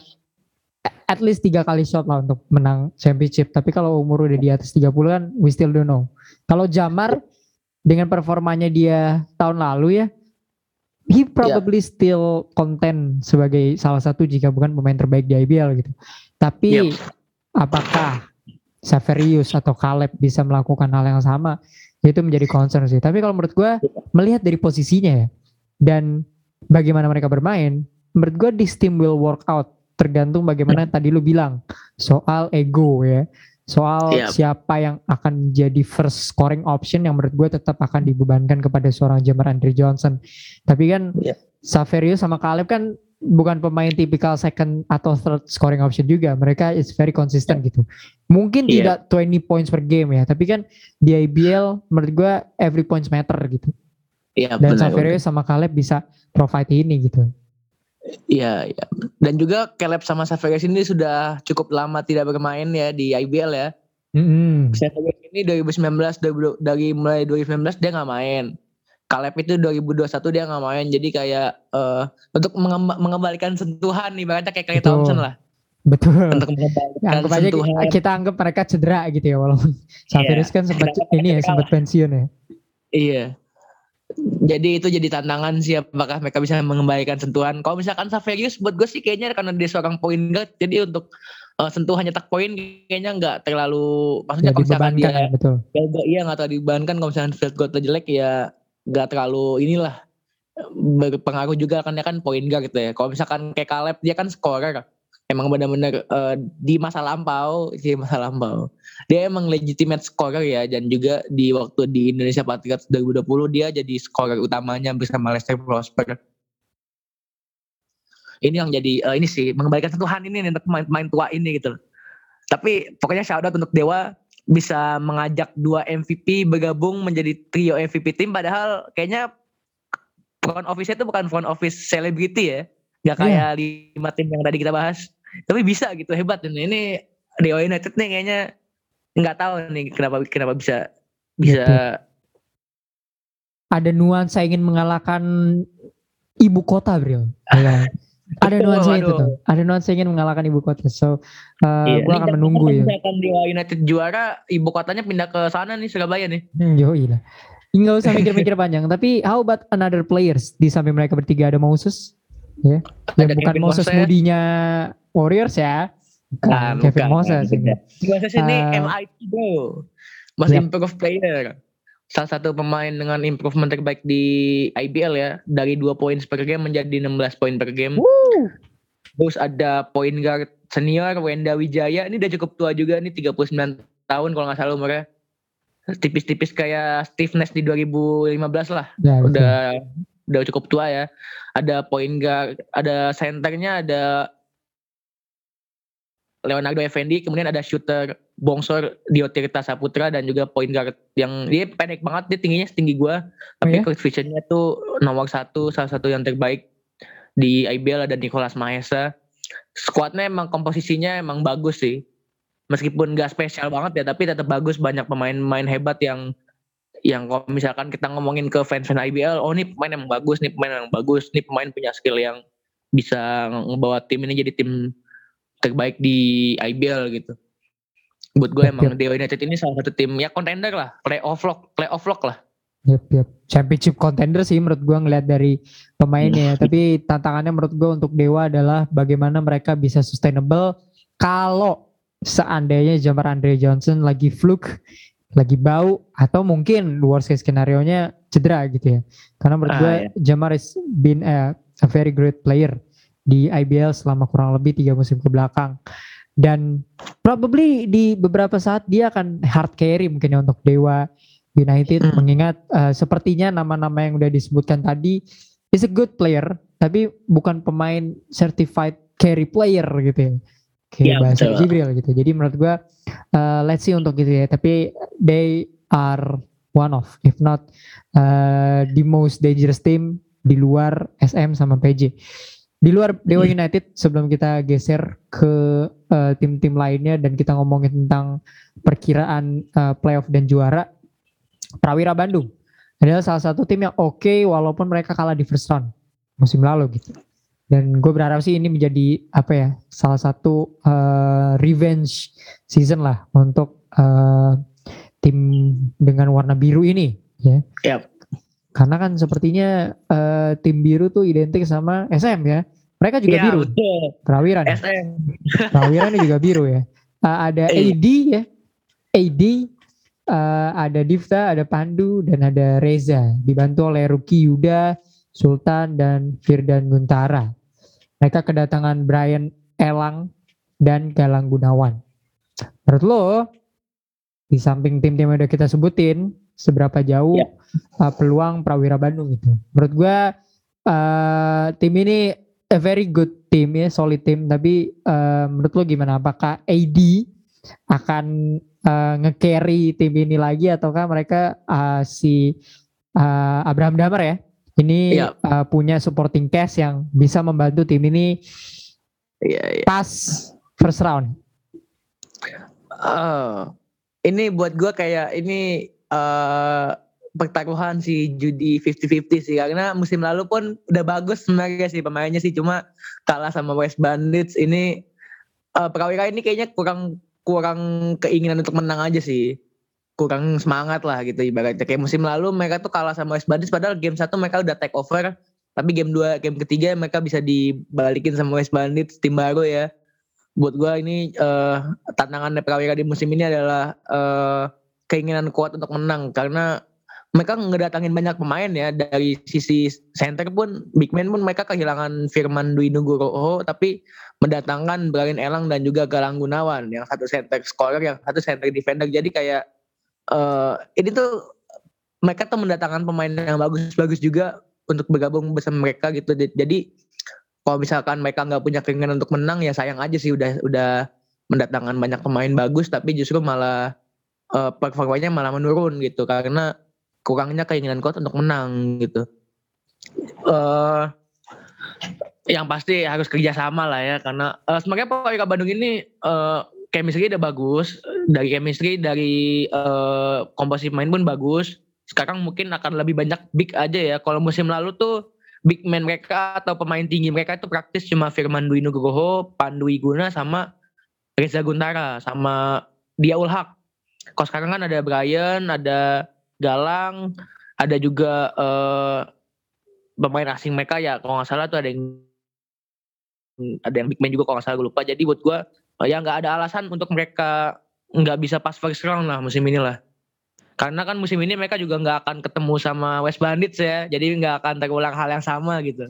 at least tiga kali shot lah untuk menang championship. Tapi kalau umur udah di atas tiga puluh kan, we still don't know. Kalau Jamar dengan performanya dia tahun lalu ya, he probably yeah. still content sebagai salah satu jika bukan pemain terbaik di I B L gitu. Tapi yep. apakah Saverius atau Caleb bisa melakukan hal yang sama, itu menjadi concern sih. Tapi kalau menurut gue, melihat dari posisinya ya, dan bagaimana mereka bermain, menurut gue this team will work out, tergantung bagaimana tadi lu bilang soal ego ya, soal yep. siapa yang akan jadi first scoring option, yang menurut gue tetap akan dibebankan kepada seorang Jamar Andre Johnson. Tapi kan yep. Saverius sama Caleb kan bukan pemain tipikal second atau third scoring option juga. Mereka is very consistent gitu. Mungkin yeah. tidak dua puluh points per game ya, tapi kan di I B L menurut gue every points matter gitu. Yeah, dan Saverius sama Caleb bisa provide ini gitu. Iya, yeah, yeah. Dan juga Caleb sama Saverius ini sudah cukup lama tidak bermain ya di I B L ya. Mm-hmm. Saverius ini dua ribu sembilan belas dari mulai dua ribu sembilan belas dia nggak main. Caleb itu dua ribu dua puluh satu dia nggak main, jadi kayak uh, untuk mengemb- mengembalikan sentuhan nih, ibaratnya kayak Klay Thompson lah. Betul. Untuk mengembalikan anggap aja sentuhan. Kita anggap mereka cedera gitu ya, walaupun Saverius yeah. kan sempat ini ya sempat pensiun ya. Iya. Jadi itu jadi tantangan sih, apakah mereka bisa mengembalikan sentuhan. Kalau misalkan Saverius buat gue sih kayaknya karena dia seorang point guard, jadi untuk uh, sentuhan nyetak poin kayaknya nggak terlalu, maksudnya ya, kalau misalkan dia ya, betul. Ya, iya nggak terlalu dibebankan. Kalau misalkan field goal jelek ya gak terlalu inilah berpengaruh juga, kan dia kan point guard gitu ya. Kalau misalkan kayak Caleb dia kan scorer, emang benar-benar uh, di masa lampau di masa lampau dia emang legitimate scorer ya, dan juga di waktu di Indonesia Patriots dua ribu dua puluh dia jadi scorer utamanya bersama Lester Prosper. Ini yang jadi uh, ini sih mengembalikan sentuhan ini untuk pemain-pemain tua ini gitu. Tapi pokoknya shout out untuk Dewa bisa mengajak dua M V P bergabung menjadi trio M V P tim, padahal kayaknya front office-nya itu bukan front office selebriti ya, nggak kayak yeah. lima tim yang tadi kita bahas, tapi bisa gitu, hebat ini. Ini Dewa United nih kayaknya nggak tahu nih kenapa kenapa bisa bisa gitu. Ada nuansa ingin mengalahkan ibu kota bro. Ada nuansa itu Waduh. tuh. Ada nuansa ingin mengalahkan ibu kota. So, uh, Iya, gue nih, akan jangan menunggu kalau ya. misalkan Dewa United juara, ibu kotanya pindah ke sana nih, Surabaya nih. Hmm, yoi lah. Nggak usah mikir-mikir panjang. Tapi how about another players di samping mereka bertiga? Ada Moses, ya, ya Ada bukan Kevin Moses Moses. Moody-nya Warriors ya. Bukan, Ah, Kevin bukan, Moses ini. Moses ini Uh, M I P bro, Most Yap. Improved Player. Salah satu pemain dengan improvement terbaik di I B L ya, dari dua poin per game menjadi enam belas poin per game. Woo. Terus ada point guard senior Wenda Wijaya, ini udah cukup tua juga nih, tiga puluh sembilan tahun kalau nggak salah umurnya. Tipis-tipis kayak Steve Nash di dua ribu lima belas lah. Ya, betul. Udah udah cukup tua ya. Ada point guard, ada centernya ada Leonardo Effendi, kemudian ada shooter Bongsor Diotirta Saputra, dan juga point guard yang dia pendek banget, dia tingginya setinggi gua, tapi Oh, ya? coefficientnya tuh nomor satu, salah satu yang terbaik di I B L. Ada Nicholas Mahesa. Squadnya emang komposisinya emang bagus sih, meskipun gak spesial banget ya, tapi tetap bagus. Banyak pemain-pemain hebat yang yang kalau misalkan kita ngomongin ke fans-fans I B L, oh nih pemain yang bagus, nih pemain yang bagus, nih pemain punya skill yang bisa ngebawa tim ini jadi tim terbaik di I B L gitu. Buat gue Yep, emang yep. Dewa United ini salah satu tim ya contender lah, playoff lock, playoff lock lah. Yep, yep. Championship contender sih menurut gue ngeliat dari pemainnya. Hmm. Tapi tantangannya menurut gue untuk Dewa adalah bagaimana mereka bisa sustainable kalau seandainya Jamar Andre Johnson lagi fluke, lagi bau, atau mungkin worst case skenario-nya cedera gitu ya. Karena menurut ah, gue ya. Jamar has been a, a very great player di I B L selama kurang lebih tiga musim ke belakang, dan probably di beberapa saat dia akan hard carry mungkin ya untuk Dewa United, hmm. mengingat uh, sepertinya nama-nama yang udah disebutkan tadi is a good player, tapi bukan pemain certified carry player gitu ya, kayak ya, bahasa betul. Jibril gitu. Jadi menurut gue uh, let's see untuk gitu ya, tapi they are one of, if not uh, the most dangerous team di luar S M sama P J. Di luar Dewa United, sebelum kita geser ke uh, tim-tim lainnya dan kita ngomongin tentang perkiraan uh, playoff dan juara, Prawira Bandung adalah salah satu tim yang oke okay, walaupun mereka kalah di first round musim lalu gitu. Dan gue berharap sih ini menjadi apa ya, salah satu uh, revenge season lah untuk uh, tim dengan warna biru ini ya. Yep. Karena kan sepertinya uh, tim biru tuh identik sama S M ya. Mereka juga ya, biru. Betul. Prawira nih. S M. Prawira ini juga biru ya. Uh, ada A D ya. A D, uh, ada Divta, ada Pandu, dan ada Reza. Dibantu oleh Ruki Yuda, Sultan, dan Firdan Guntara. Mereka kedatangan Brian Elang dan Galang Gunawan. Menurut lo, di samping tim-tim yang udah kita sebutin, seberapa jauh ya. uh, peluang Prawira Bandung itu? Menurut gue uh, tim ini a very good team ya, solid team. Tapi uh, menurut lo gimana? Apakah A D akan uh, nge-carry tim ini lagi, ataukah mereka uh, si uh, Abraham Damar ya ini ya. uh, punya supporting cast yang bisa membantu tim ini ya, ya. pas first round? Uh, ini buat gue kayak ini Uh, pertaruhan si judi fifty fifty sih, karena musim lalu pun udah bagus sebenarnya sih pemainnya sih, cuma kalah sama West Bandits. Ini uh, Prawira ini kayaknya kurang kurang keinginan untuk menang aja sih, kurang semangat lah gitu ibaratnya. Kayak musim lalu mereka tuh kalah sama West Bandits, padahal game satu mereka udah take over, tapi game dua, game ketiga mereka bisa dibalikin sama West Bandits, tim baru ya. Buat gue ini uh, tantangannya Prawira di musim ini adalah uh, keinginan kuat untuk menang, karena mereka ngedatangin banyak pemain ya. Dari sisi center pun, big man pun mereka kehilangan Firman Dwi Nugroho, tapi mendatangkan Brian Elang dan juga Galang Gunawan, yang satu center scorer, yang satu center defender. Jadi kayak uh, ini tuh mereka tuh mendatangkan pemain yang bagus-bagus juga untuk bergabung bersama mereka gitu. Jadi kalau misalkan mereka nggak punya keinginan untuk menang, ya sayang aja sih, udah udah mendatangkan banyak pemain bagus tapi justru malah Uh, performanya malah menurun gitu, karena kurangnya keinginan kuat untuk menang gitu. Uh, yang pasti harus kerjasama lah ya, karena uh, sebenarnya Prawira Bandung ini uh, chemistry udah bagus, dari chemistry, dari uh, komposisi main pun bagus. Sekarang mungkin akan lebih banyak big aja ya. Kalau musim lalu tuh big man mereka atau pemain tinggi mereka itu praktis cuma Firman Dwi Nugroho, Pandu Iguna sama Reza Guntara sama Dia Ulhak. Kalau sekarang kan ada Brian, ada Galang, ada juga uh, pemain asing mereka ya kalau nggak salah tuh ada yang ada yang big man juga kalau nggak salah gue lupa. Jadi buat gue ya nggak ada alasan untuk mereka nggak bisa pas first round lah musim ini lah. Karena kan musim ini mereka juga nggak akan ketemu sama West Bandits ya, jadi nggak akan terulang hal yang sama gitu.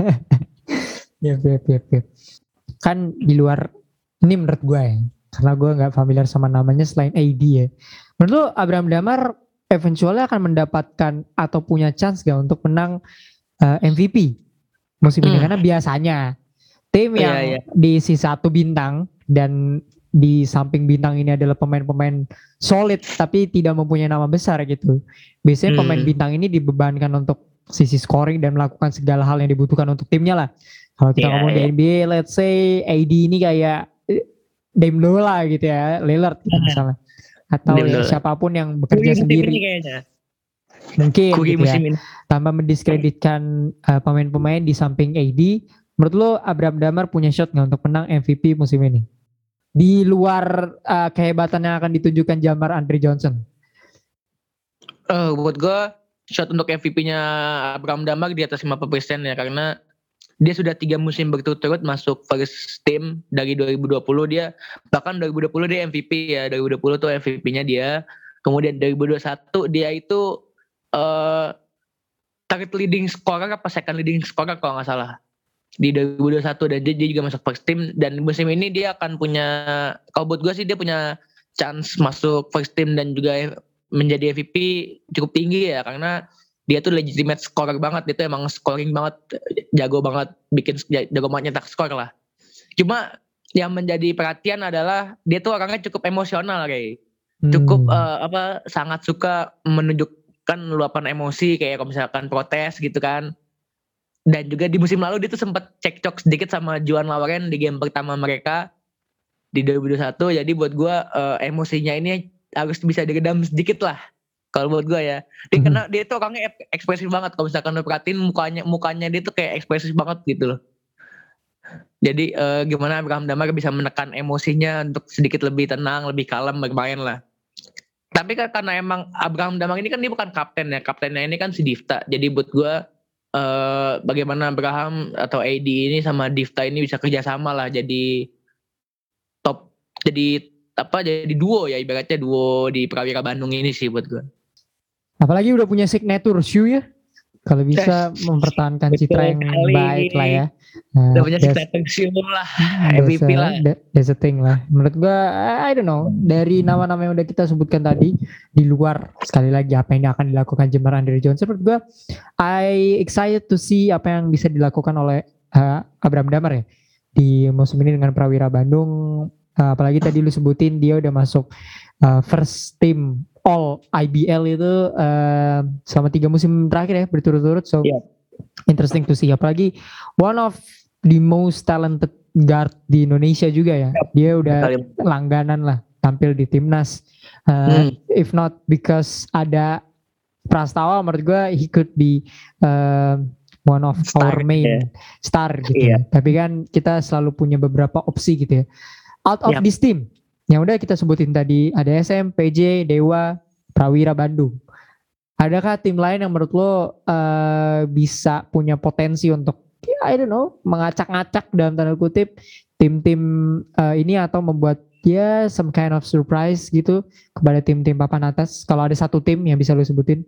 Ya, ya, ya, ya. Kan di luar ini menurut gue ya, karena gue nggak familiar sama namanya selain A D ya. Menurut lo Abraham Damar eventually akan mendapatkan atau punya chance gak untuk menang uh, M V P musim ini? Hmm. Karena biasanya tim yang yeah, yeah. diisi satu bintang dan di samping bintang ini adalah pemain-pemain solid tapi tidak mempunyai nama besar gitu. Biasanya hmm. pemain bintang ini dibebankan untuk sisi scoring dan melakukan segala hal yang dibutuhkan untuk timnya lah. Kalau kita yeah, ngomong yeah. di N B A, let's say A D ini kayak Dame Lola gitu ya, Lillard gitu misalnya. Atau ya, siapapun yang bekerja Kuri sendiri. Mungkin gitu ya. Tanpa mendiskreditkan uh, pemain-pemain di samping A D, menurut lo Abraham Damar punya shot gak untuk menang M V P musim ini? Di luar uh, kehebatan yang akan ditunjukkan Jamar Andre Johnson. Uh, buat gue shot untuk M V P-nya Abraham Damar di atas lima puluh persen ya, karena dia sudah tiga musim berturut-turut masuk first team dari dua ribu dua puluh. Dia bahkan dua ribu dua puluh dia M V P ya, dua ribu dua puluh tuh M V P-nya dia. Kemudian dua ribu dua puluh satu dia itu uh, third leading scorer apa second leading scorer kalau nggak salah di dua ribu dua puluh satu, dan dia, dia juga masuk first team. Dan musim ini dia akan punya, kalau buat gue sih dia punya chance masuk first team dan juga menjadi M V P cukup tinggi ya, karena dia tuh legitimate scorer banget. Dia tuh emang scoring banget, jago banget, bikin jago banget nyetak skor lah. Cuma yang menjadi perhatian adalah dia tuh orangnya cukup emosional kayak cukup hmm. uh, apa sangat suka menunjukkan luapan emosi kayak kalau misalkan protes gitu kan. Dan juga di musim lalu dia tuh sempat cekcok sedikit sama Juan Lauren di game pertama mereka di dua ribu dua puluh satu. Jadi buat gue uh, emosinya ini harus bisa diredam sedikit lah kalau buat gue ya. Dia, mm-hmm. Karena dia tuh orangnya ekspresif banget. Kalau misalkan lo perhatiin mukanya mukanya dia tuh kayak ekspresif banget gitu loh. Jadi uh, gimana Abraham Damar bisa menekan emosinya untuk sedikit lebih tenang, lebih kalem bermain lah. Tapi kan karena emang Abraham Damar ini kan dia bukan kapten ya. Kaptennya ini kan si Difta. Jadi buat gue Uh, bagaimana Abraham atau A D ini sama Difta ini bisa kerjasama lah jadi top, jadi apa jadi duo ya, ibaratnya duo di Prawira Bandung ini sih buat gue. Apalagi udah punya signature shoe ya, kalau bisa yes. mempertahankan citra yang kali. Baik lah ya. Nah, udah punya signature shoe lah, M V P lah. That's a thing lah. Menurut gue, I don't know, dari nama-nama yang udah kita sebutkan tadi, di luar sekali lagi apa yang akan dilakukan Jamar Andre Johnson, menurut gue I excited to see apa yang bisa dilakukan oleh uh, Abraham Damar ya di musim ini dengan Prawira Bandung. Uh, apalagi tadi lu sebutin dia udah masuk uh, first team All I B L itu uh, selama tiga musim terakhir ya berturut-turut. So yeah. Interesting to see. Apalagi one of the most talented guard di Indonesia juga ya. Dia udah langganan lah tampil di timnas. Uh, hmm. If not because ada Prastawa, menurut gue he could be uh, one of star, our main yeah. star gitu. Yeah. Tapi kan kita selalu punya beberapa opsi gitu ya. Out of yep. this team, yang udah kita sebutin tadi ada S M, P J, Dewa, Prawira Bandung. Adakah tim lain yang menurut lo uh, bisa punya potensi untuk, I don't know, mengacak-ngacak dalam tanda kutip tim-tim uh, ini atau membuat ya some kind of surprise gitu kepada tim-tim papan atas? Kalau ada satu tim yang bisa lo sebutin?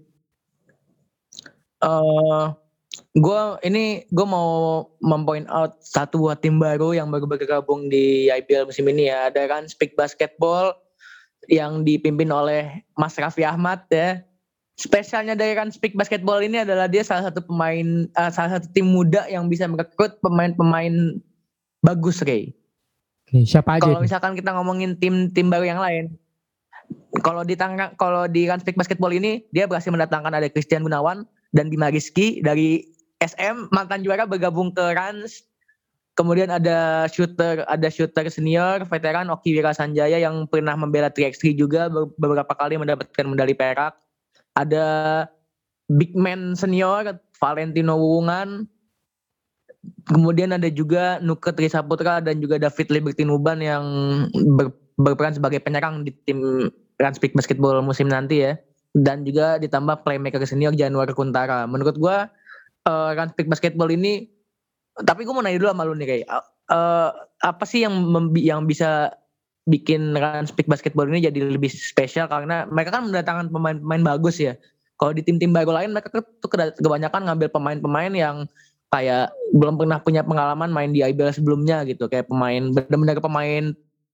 Uh, gue ini gue mau mempoint out satu buah tim baru yang baru bergabung di I P L musim ini ya. Ada kan Speak Basketball yang dipimpin oleh Mas Raffi Ahmad ya. Spesialnya dari kan Speak Basketball ini adalah dia salah satu pemain uh, salah satu tim muda yang bisa merekrut pemain-pemain bagus Ray. Oke, siapa aja? Kalau misalkan kita ngomongin tim-tim baru yang lain, kalau di tangga, kalau di kan Speak Basketball ini dia berhasil mendatangkan ada Christian Gunawan dan Bima Rizky dari S M, mantan juara bergabung ke Rans. Kemudian ada shooter, ada shooter senior veteran Oki Wira Sanjaya yang pernah membela tiga on tiga juga beberapa kali mendapatkan medali perak. Ada big man senior Valentino Wuungan, kemudian ada juga Nuke Trisaputra dan juga David Liberty Nuban yang ber, berperan sebagai penyerang di tim Ranspik Basketball musim nanti ya. Dan juga ditambah playmaker senior Januar Kuntara. Menurut gue uh, Ranspik Basketball ini, tapi gue mau nanya dulu sama lu nih kayak uh, apa sih yang membi- yang bisa bikin Ranspik Basketball ini jadi lebih spesial, karena mereka kan mendatangkan pemain-pemain bagus ya. Kalau di tim-tim baru lain mereka tuh kebanyakan ngambil pemain-pemain yang kayak belum pernah punya pengalaman main di I B L sebelumnya gitu, kayak pemain benar-benar pemain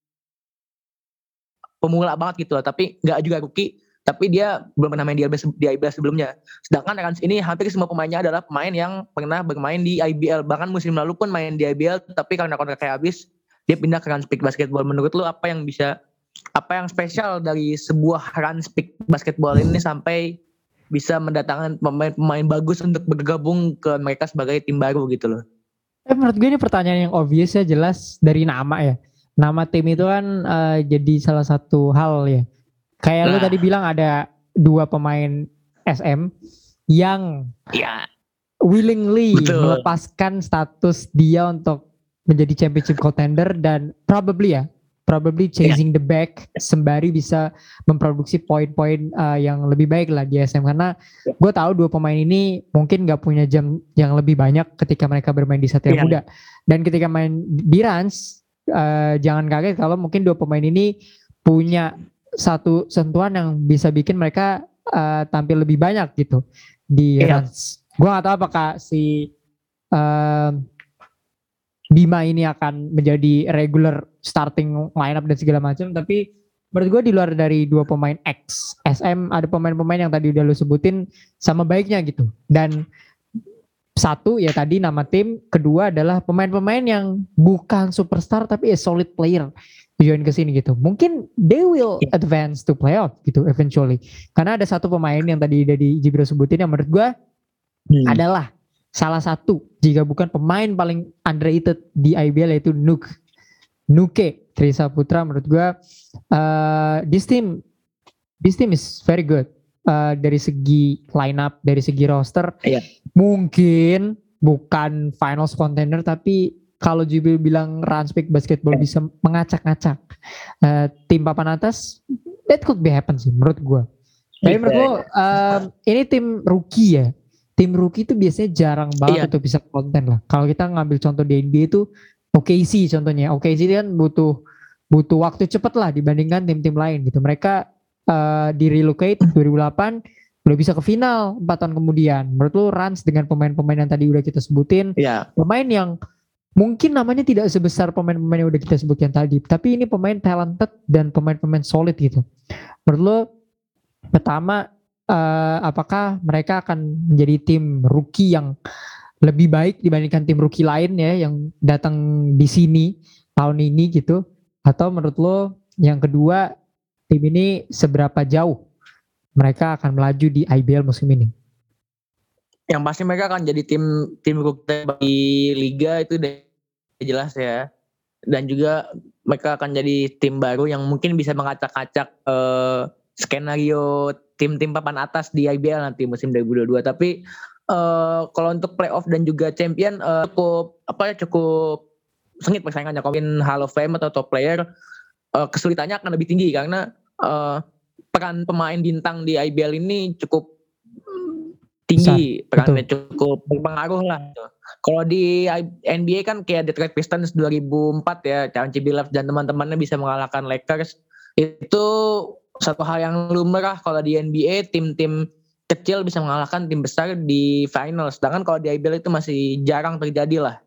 pemula banget gitu lah, tapi nggak juga rookie, tapi dia belum pernah main di I B L, di I B L sebelumnya. Sedangkan Rans ini hampir semua pemainnya adalah pemain yang pernah bermain di I B L, bahkan musim lalu pun main di I B L, tapi karena kontraknya habis dia pindah ke Ranspik Basketball. Menurut lu apa yang bisa, apa yang spesial dari sebuah Ranspik Basketball ini sampai bisa mendatangkan pemain-pemain bagus untuk bergabung ke mereka sebagai tim baru gitu loh? Eh, menurut gue ini pertanyaan yang obvious ya, jelas dari nama ya. Nama tim itu kan uh, jadi salah satu hal ya. Kayak nah, lu tadi bilang ada dua pemain S M yang ya, willingly betul. melepaskan status dia untuk menjadi championship contender dan probably ya, probably chasing yeah. the back sembari bisa memproduksi poin-poin uh, yang lebih baik lah di S M. Karena yeah. gue tahu dua pemain ini mungkin gak punya jam yang lebih banyak ketika mereka bermain di Satria yeah. Muda. Dan ketika main di Rans, uh, jangan kaget kalau mungkin dua pemain ini punya satu sentuhan yang bisa bikin mereka uh, tampil lebih banyak gitu di yeah. Rans. Gue gak tahu apakah si uh, Bima ini akan menjadi regular starting lineup dan segala macam, tapi menurut gue di luar dari dua pemain X S M ada pemain-pemain yang tadi udah lu sebutin sama baiknya gitu. Dan satu ya tadi nama tim, kedua adalah pemain-pemain yang bukan superstar tapi a solid player join ke sini gitu. Mungkin they will advance to playoff gitu eventually. Karena ada satu pemain yang tadi udah di Jibril sebutin yang menurut gue hmm. adalah salah satu jika bukan pemain paling underrated di I B L, yaitu Nuke Nuke Trisaputra. Menurut gue uh, this team this team is very good uh, dari segi lineup, dari segi roster. Yeah. Mungkin bukan finals contender, tapi kalau Jibril bilang Ranspik Basketball yeah. bisa mengacak-ngacak uh, tim papan atas, that could be happen sih menurut gue. Tapi yeah. menurut gue uh, ini tim rookie ya. Tim rookie itu biasanya jarang banget iya. untuk bisa konten lah. Kalau kita ngambil contoh di N B A itu O K C contohnya. O K C kan butuh butuh waktu cepat lah dibandingkan tim-tim lain gitu. Mereka uh, di relocate dua ribu delapan udah bisa ke final empat tahun kemudian. Menurut lu Rans dengan pemain-pemain yang tadi udah kita sebutin, iya. pemain yang mungkin namanya tidak sebesar pemain-pemain yang udah kita sebutkan tadi, tapi ini pemain talented dan pemain-pemain solid gitu. Menurut lu pertama, Uh, apakah mereka akan menjadi tim rookie yang lebih baik dibandingkan tim rookie lain ya yang datang di sini tahun ini gitu? Atau menurut lo yang kedua, tim ini seberapa jauh mereka akan melaju di I B L musim ini? Yang pasti mereka akan jadi tim tim rookie bagi liga itu udah jelas ya. Dan juga mereka akan jadi tim baru yang mungkin bisa mengacak-acak uh, skenario tim-tim papan atas di I B L nanti musim dua ribu dua puluh dua. Tapi uh, kalau untuk playoff dan juga champion uh, cukup apa ya cukup sengit persaingannya. Kalau mungkin Hall of Fame atau top player uh, kesulitannya akan lebih tinggi karena uh, peran pemain bintang di I B L ini cukup tinggi, Sa, perannya betul. cukup berpengaruh lah. Kalau di N B A kan kayak Detroit Pistons dua ribu empat ya, Chauncey Billups dan teman-temannya bisa mengalahkan Lakers. Itu satu hal yang lumrah kalau di N B A, tim-tim kecil bisa mengalahkan tim besar di final. Sedangkan kalau di I B L itu masih jarang terjadi lah.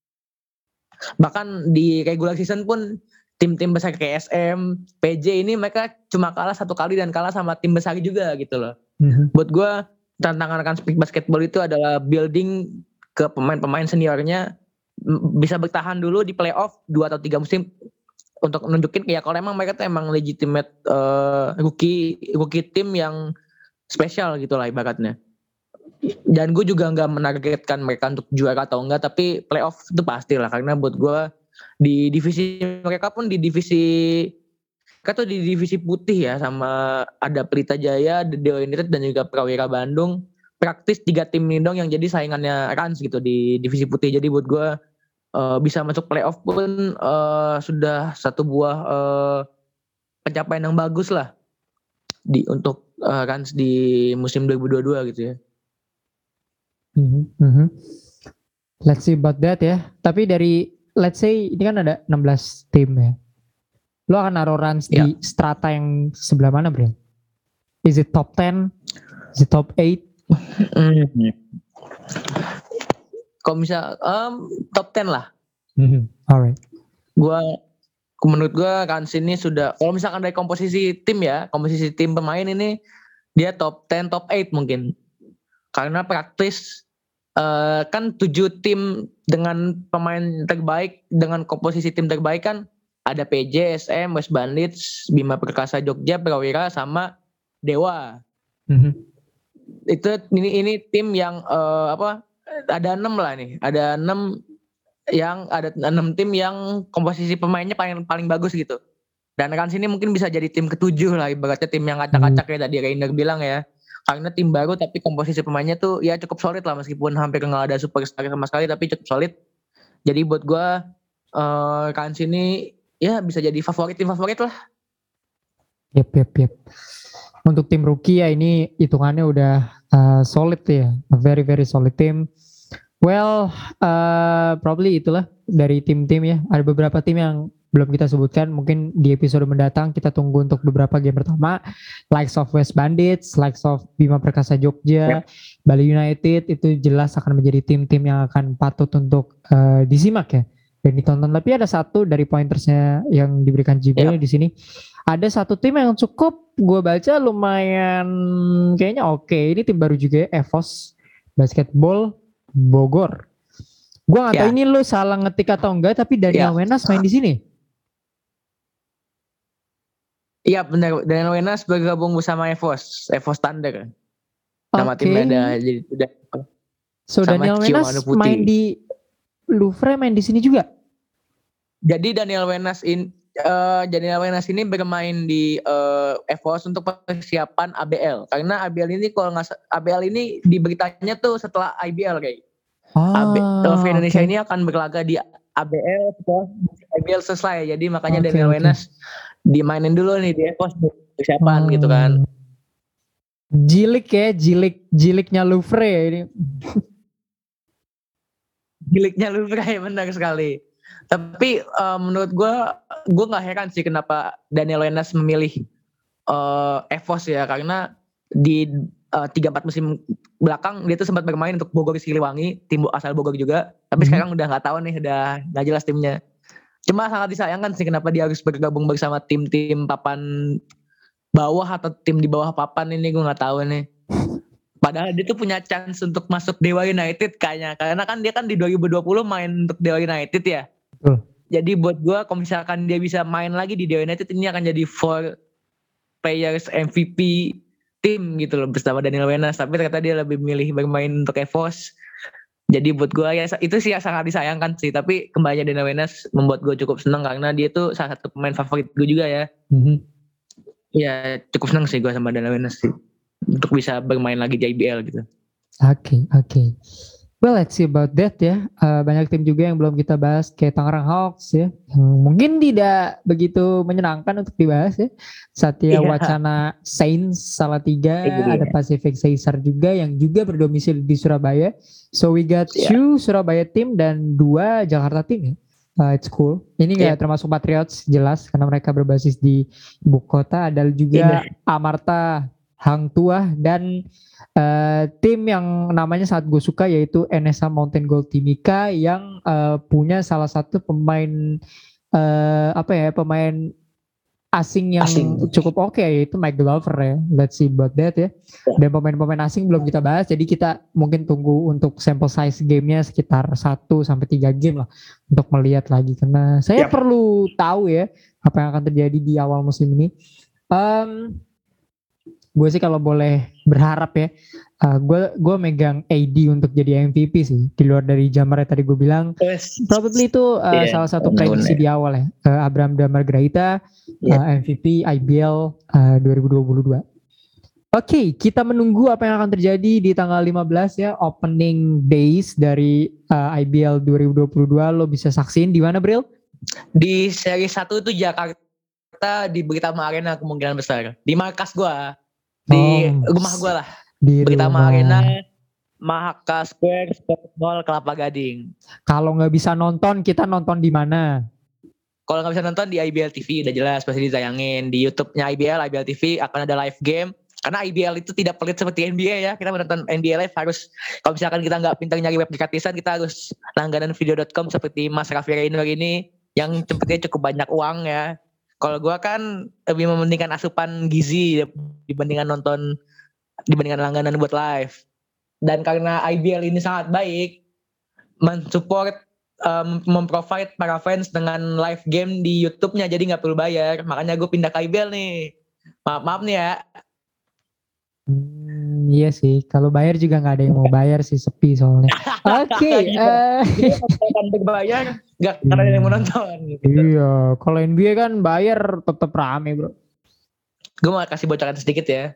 Bahkan di regular season pun tim-tim besar kayak S M, P J ini mereka cuma kalah satu kali dan kalah sama tim besar juga gitu loh. Mm-hmm. Buat gue tantangan Ranspik Basketball itu adalah building ke pemain-pemain seniornya bisa bertahan dulu di playoff dua atau tiga musim untuk nunjukin kayak kalau emang mereka tuh emang legitimate uh, rookie rookie tim yang spesial gitu lah ibaratnya. Dan gue juga nggak menargetkan mereka untuk juara atau enggak, tapi playoff itu pasti lah karena buat gue di divisi mereka pun di divisi mereka tuh di divisi putih ya, sama ada Pelita Jaya, Dewa United dan juga Prawira Bandung. praktis tiga tim ini dong yang jadi saingannya Rans gitu di divisi putih. Jadi buat gue uh, bisa masuk playoff pun uh, sudah satu buah uh, pencapaian yang bagus lah di untuk uh, Rans di musim dua ribu dua puluh dua gitu ya. Mm-hmm. Mm-hmm. Let's see about that ya. Tapi dari let's say ini kan ada enam belas tim ya. Lo akan naruh Rans yeah. di strata yang sebelah mana, bro? Is it top ten? Is it top eight? Mm-hmm. Kalau misal um, top ten lah. Mm-hmm. Alright. Gua menurut gua Rans ini sudah, kalau misalkan dari komposisi tim ya, komposisi tim pemain ini dia top ten, top eight mungkin. Karena praktis uh, kan tujuh tim dengan pemain terbaik, dengan komposisi tim terbaik kan ada P J, S M, West Bandits, Bima Perkasa Jogja, Prawira sama Dewa. Mm-hmm. Itu ini ini tim yang uh, apa? Ada enam lah nih, ada enam yang ada enam tim yang komposisi pemainnya paling paling bagus gitu. Dan Rans ini mungkin bisa jadi tim ketujuh lah, ibaratnya tim yang acak-acak ya tadi Rainer bilang ya. Karena tim baru tapi komposisi pemainnya tuh ya cukup solid lah, meskipun hampir nggak ada superstar sama sekali tapi cukup solid. Jadi buat gue uh, Rans ini ya bisa jadi favorit, tim favorit lah. Yep yep yep. Untuk tim rookie ya ini hitungannya udah uh, solid ya, a very very solid team. Well, uh, probably itulah dari tim-tim ya. Ada beberapa tim yang belum kita sebutkan, mungkin di episode mendatang kita tunggu untuk beberapa game pertama. Likes of West Bandits, likes of Bima Perkasa Jogja, yep. Bali United itu jelas akan menjadi tim-tim yang akan patut untuk uh, disimak ya dan ditonton. Tapi ada satu dari pointersnya yang diberikan Jibril yep. di sini. Ada satu tim yang cukup gue baca lumayan kayaknya oke. Okay. Ini tim baru juga ya, Evos Basketball Bogor. Gue nggak tahu ya. Ini lo salah ngetik atau enggak, tapi Daniel ya. Wenas main di sini. Iya benar, Daniel Wenas bergabung bersama Evos, Evos Thunder. Nama okay. timnya ada jadi udah. So Daniel Wenas main di Louvre, main di sini juga. Jadi Daniel Wenas in Uh, Daniel Wenas ini bermain di uh, Evos untuk persiapan A B L. Karena A B L ini kalau nggak A B L ini di beritanya tuh setelah I B L kayak. Ah, A B L Indonesia okay. ini akan berlaga di A B L setelah I B L selesai. Jadi makanya okay, Daniel okay. Wenas dimainin dulu nih di Evos persiapan hmm. gitu kan. Jilik ya, jilik jiliknya Louvre ya ini. Jiliknya Louvre ya, benar sekali. Tapi uh, menurut gue, gue nggak heran sih kenapa Daniel Wenas memilih uh, Evos ya, karena di tiga empat musim belakang dia tuh sempat bermain untuk Bogor Siliwangi, tim asal Bogor juga. Tapi hmm. sekarang udah nggak tahu nih, udah nggak jelas timnya. Cuma sangat disayangkan sih kenapa dia harus bergabung bersama tim-tim papan bawah atau tim di bawah papan ini, gue nggak tahu nih. Padahal dia tuh punya chance untuk masuk Dewa United kayaknya, karena kan dia kan di dua ribu dua puluh main untuk Dewa United ya. Uh. Jadi buat gue kalau misalkan dia bisa main lagi di Dewa United, ini akan jadi four players M V P tim gitu loh bersama Daniel Wenas. Tapi ternyata dia lebih milih bermain untuk Evos. Jadi buat gue ya itu sih sangat disayangkan sih. Tapi kembalinya Daniel Wenas membuat gue cukup senang karena dia tuh salah satu pemain favorit gue juga ya. Mm-hmm. Ya cukup senang sih gue sama Daniel Wenas sih untuk bisa bermain lagi di I B L gitu. Oke okay, oke. Okay. Well, let's see about that ya. Uh, banyak tim juga yang belum kita bahas, kayak Tangerang Hawks ya. Yang mungkin tidak begitu menyenangkan untuk dibahas ya. Satya yeah. Wacana Saints Salatiga, yeah. ada Pacific Caesar juga yang juga berdomisili di Surabaya. So we got yeah. two Surabaya team dan dua Jakarta team ya. Uh, it's cool. Ini yeah. gak termasuk Patriots jelas karena mereka berbasis di ibu kota. Ada juga yeah. Amarta Hang Tuah dan uh, tim yang namanya sangat gue suka yaitu N S A Mountain Gold Timika yang uh, punya salah satu pemain uh, apa ya pemain asing yang asing. cukup oke okay, yaitu Mike Glover ya. Let's see about that ya. Dan pemain-pemain asing belum kita bahas, jadi kita mungkin tunggu untuk sample size gamenya sekitar satu sampai tiga game lah untuk melihat lagi karena saya yep. perlu tahu ya apa yang akan terjadi di awal musim ini. Um, Gue sih kalau boleh berharap ya, uh, gue gue megang A D untuk jadi M V P sih. Di luar dari Jamar yang tadi gue bilang, yes. probably itu uh, yeah. salah satu prediksi di awal ya. Uh, Abraham Damar Graita, yeah. uh, M V P I B L uh, dua ribu dua puluh dua. Oke, kita menunggu apa yang akan terjadi di tanggal lima belas ya, opening days dari uh, I B L dua ribu dua puluh dua. Lo bisa saksiin di mana, Bril? Di seri satu itu Jakarta di Britama Arena kemungkinan besar. Di markas gua, di Oh, rumah gua lah. Di Britama rumah. Arena, Mahaka Square, Sport Mall, Kelapa Gading. Kalau nggak bisa nonton, kita nonton di mana? Kalau nggak bisa nonton di I B L T V udah jelas pasti ditayangin. Di YouTube-nya I B L, I B L T V akan ada live game. Karena I B L itu tidak pelit seperti N B A ya. Kita menonton N B A live harus, kalau misalkan kita nggak pintar nyari web gratisan, kita harus langganan video dot com seperti Mas Raffi Rainer ini yang sepertinya cukup banyak uang ya. Kalau gue kan lebih mementingkan asupan gizi dibandingkan nonton, dibandingkan langganan buat live. Dan karena I B L ini sangat baik mensupport, um, memprovide para fans dengan live game di YouTube-nya, jadi nggak perlu bayar. Makanya gue pindah ke I B L nih. Maaf maaf nih ya. Hmm, iya sih, kalau bayar juga nggak ada yang mau bayar sih, sepi soalnya. Oke, okay, uh, kan berbayar, nggak karena ada yang mau nonton. Gitu. Iya, kalau N B A kan bayar tetap rame bro. Gue mau kasih bocoran sedikit ya.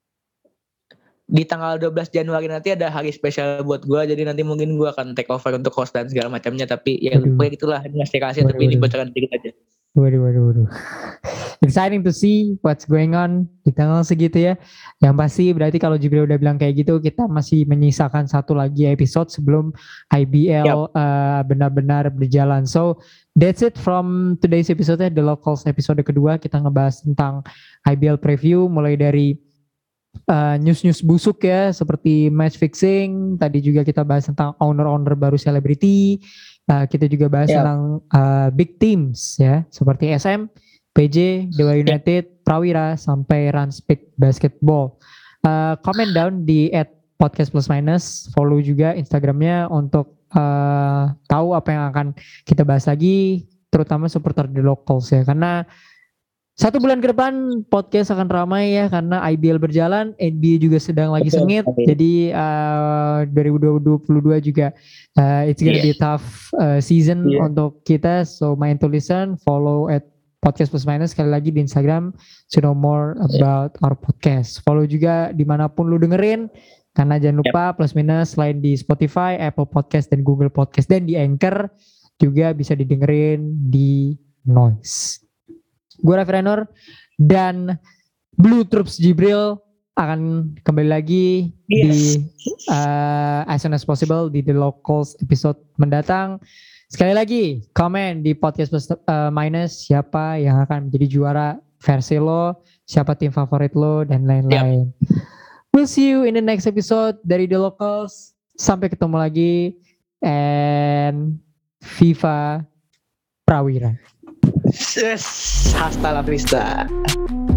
Di tanggal dua belas Januari nanti ada hari spesial buat gue, jadi nanti mungkin gue akan take over untuk host dan segala macamnya. Tapi ya gue gitulah, ini masih rahasia, tapi ini bocoran sedikit aja. Waduh, waduh, waduh. Exciting to see what's going on di tanggal segitu ya. Yang pasti berarti kalau Jibril udah bilang kayak gitu, kita masih menyisakan satu lagi episode sebelum I B L yep. uh, benar-benar berjalan. So that's it from today's episode ya, The Locals episode kedua. Kita ngebahas tentang I B L preview mulai dari uh, news-news busuk ya, seperti match fixing. Tadi juga kita bahas tentang owner-owner baru selebriti. Uh, kita juga bahas yeah. tentang uh, big teams ya, seperti S M, P J, Dewa United, yeah. Prawira, sampai Ranspik Basketball. Uh, comment down di at podcast plus minus, follow juga Instagramnya untuk uh, tahu apa yang akan kita bahas lagi, terutama seputar The Locals ya, karena satu bulan ke depan podcast akan ramai ya, karena I B L berjalan, N B A juga sedang lagi sengit. Okay. Jadi uh, dua ribu dua puluh dua juga uh, it's gonna yeah. be a tough uh, season yeah. untuk kita. So mind to listen, follow at podcast plus minus sekali lagi di Instagram to know more about yeah. our podcast. Follow juga dimanapun lu dengerin, karena jangan lupa yep. plus minus selain di Spotify, Apple Podcast dan Google Podcast dan di Anchor juga bisa didengerin di Noise. Gue Raffi Rainer dan Blue Troops Jibril akan kembali lagi yes. di uh, as soon as possible di The Locals episode mendatang. Sekali lagi, komen di podcast plus uh, minus siapa yang akan menjadi juara versi lo, siapa tim favorit lo, dan lain-lain. Yep. We'll see you in the next episode dari The Locals. Sampai ketemu lagi, and Viva Prawira. Hasta la vista.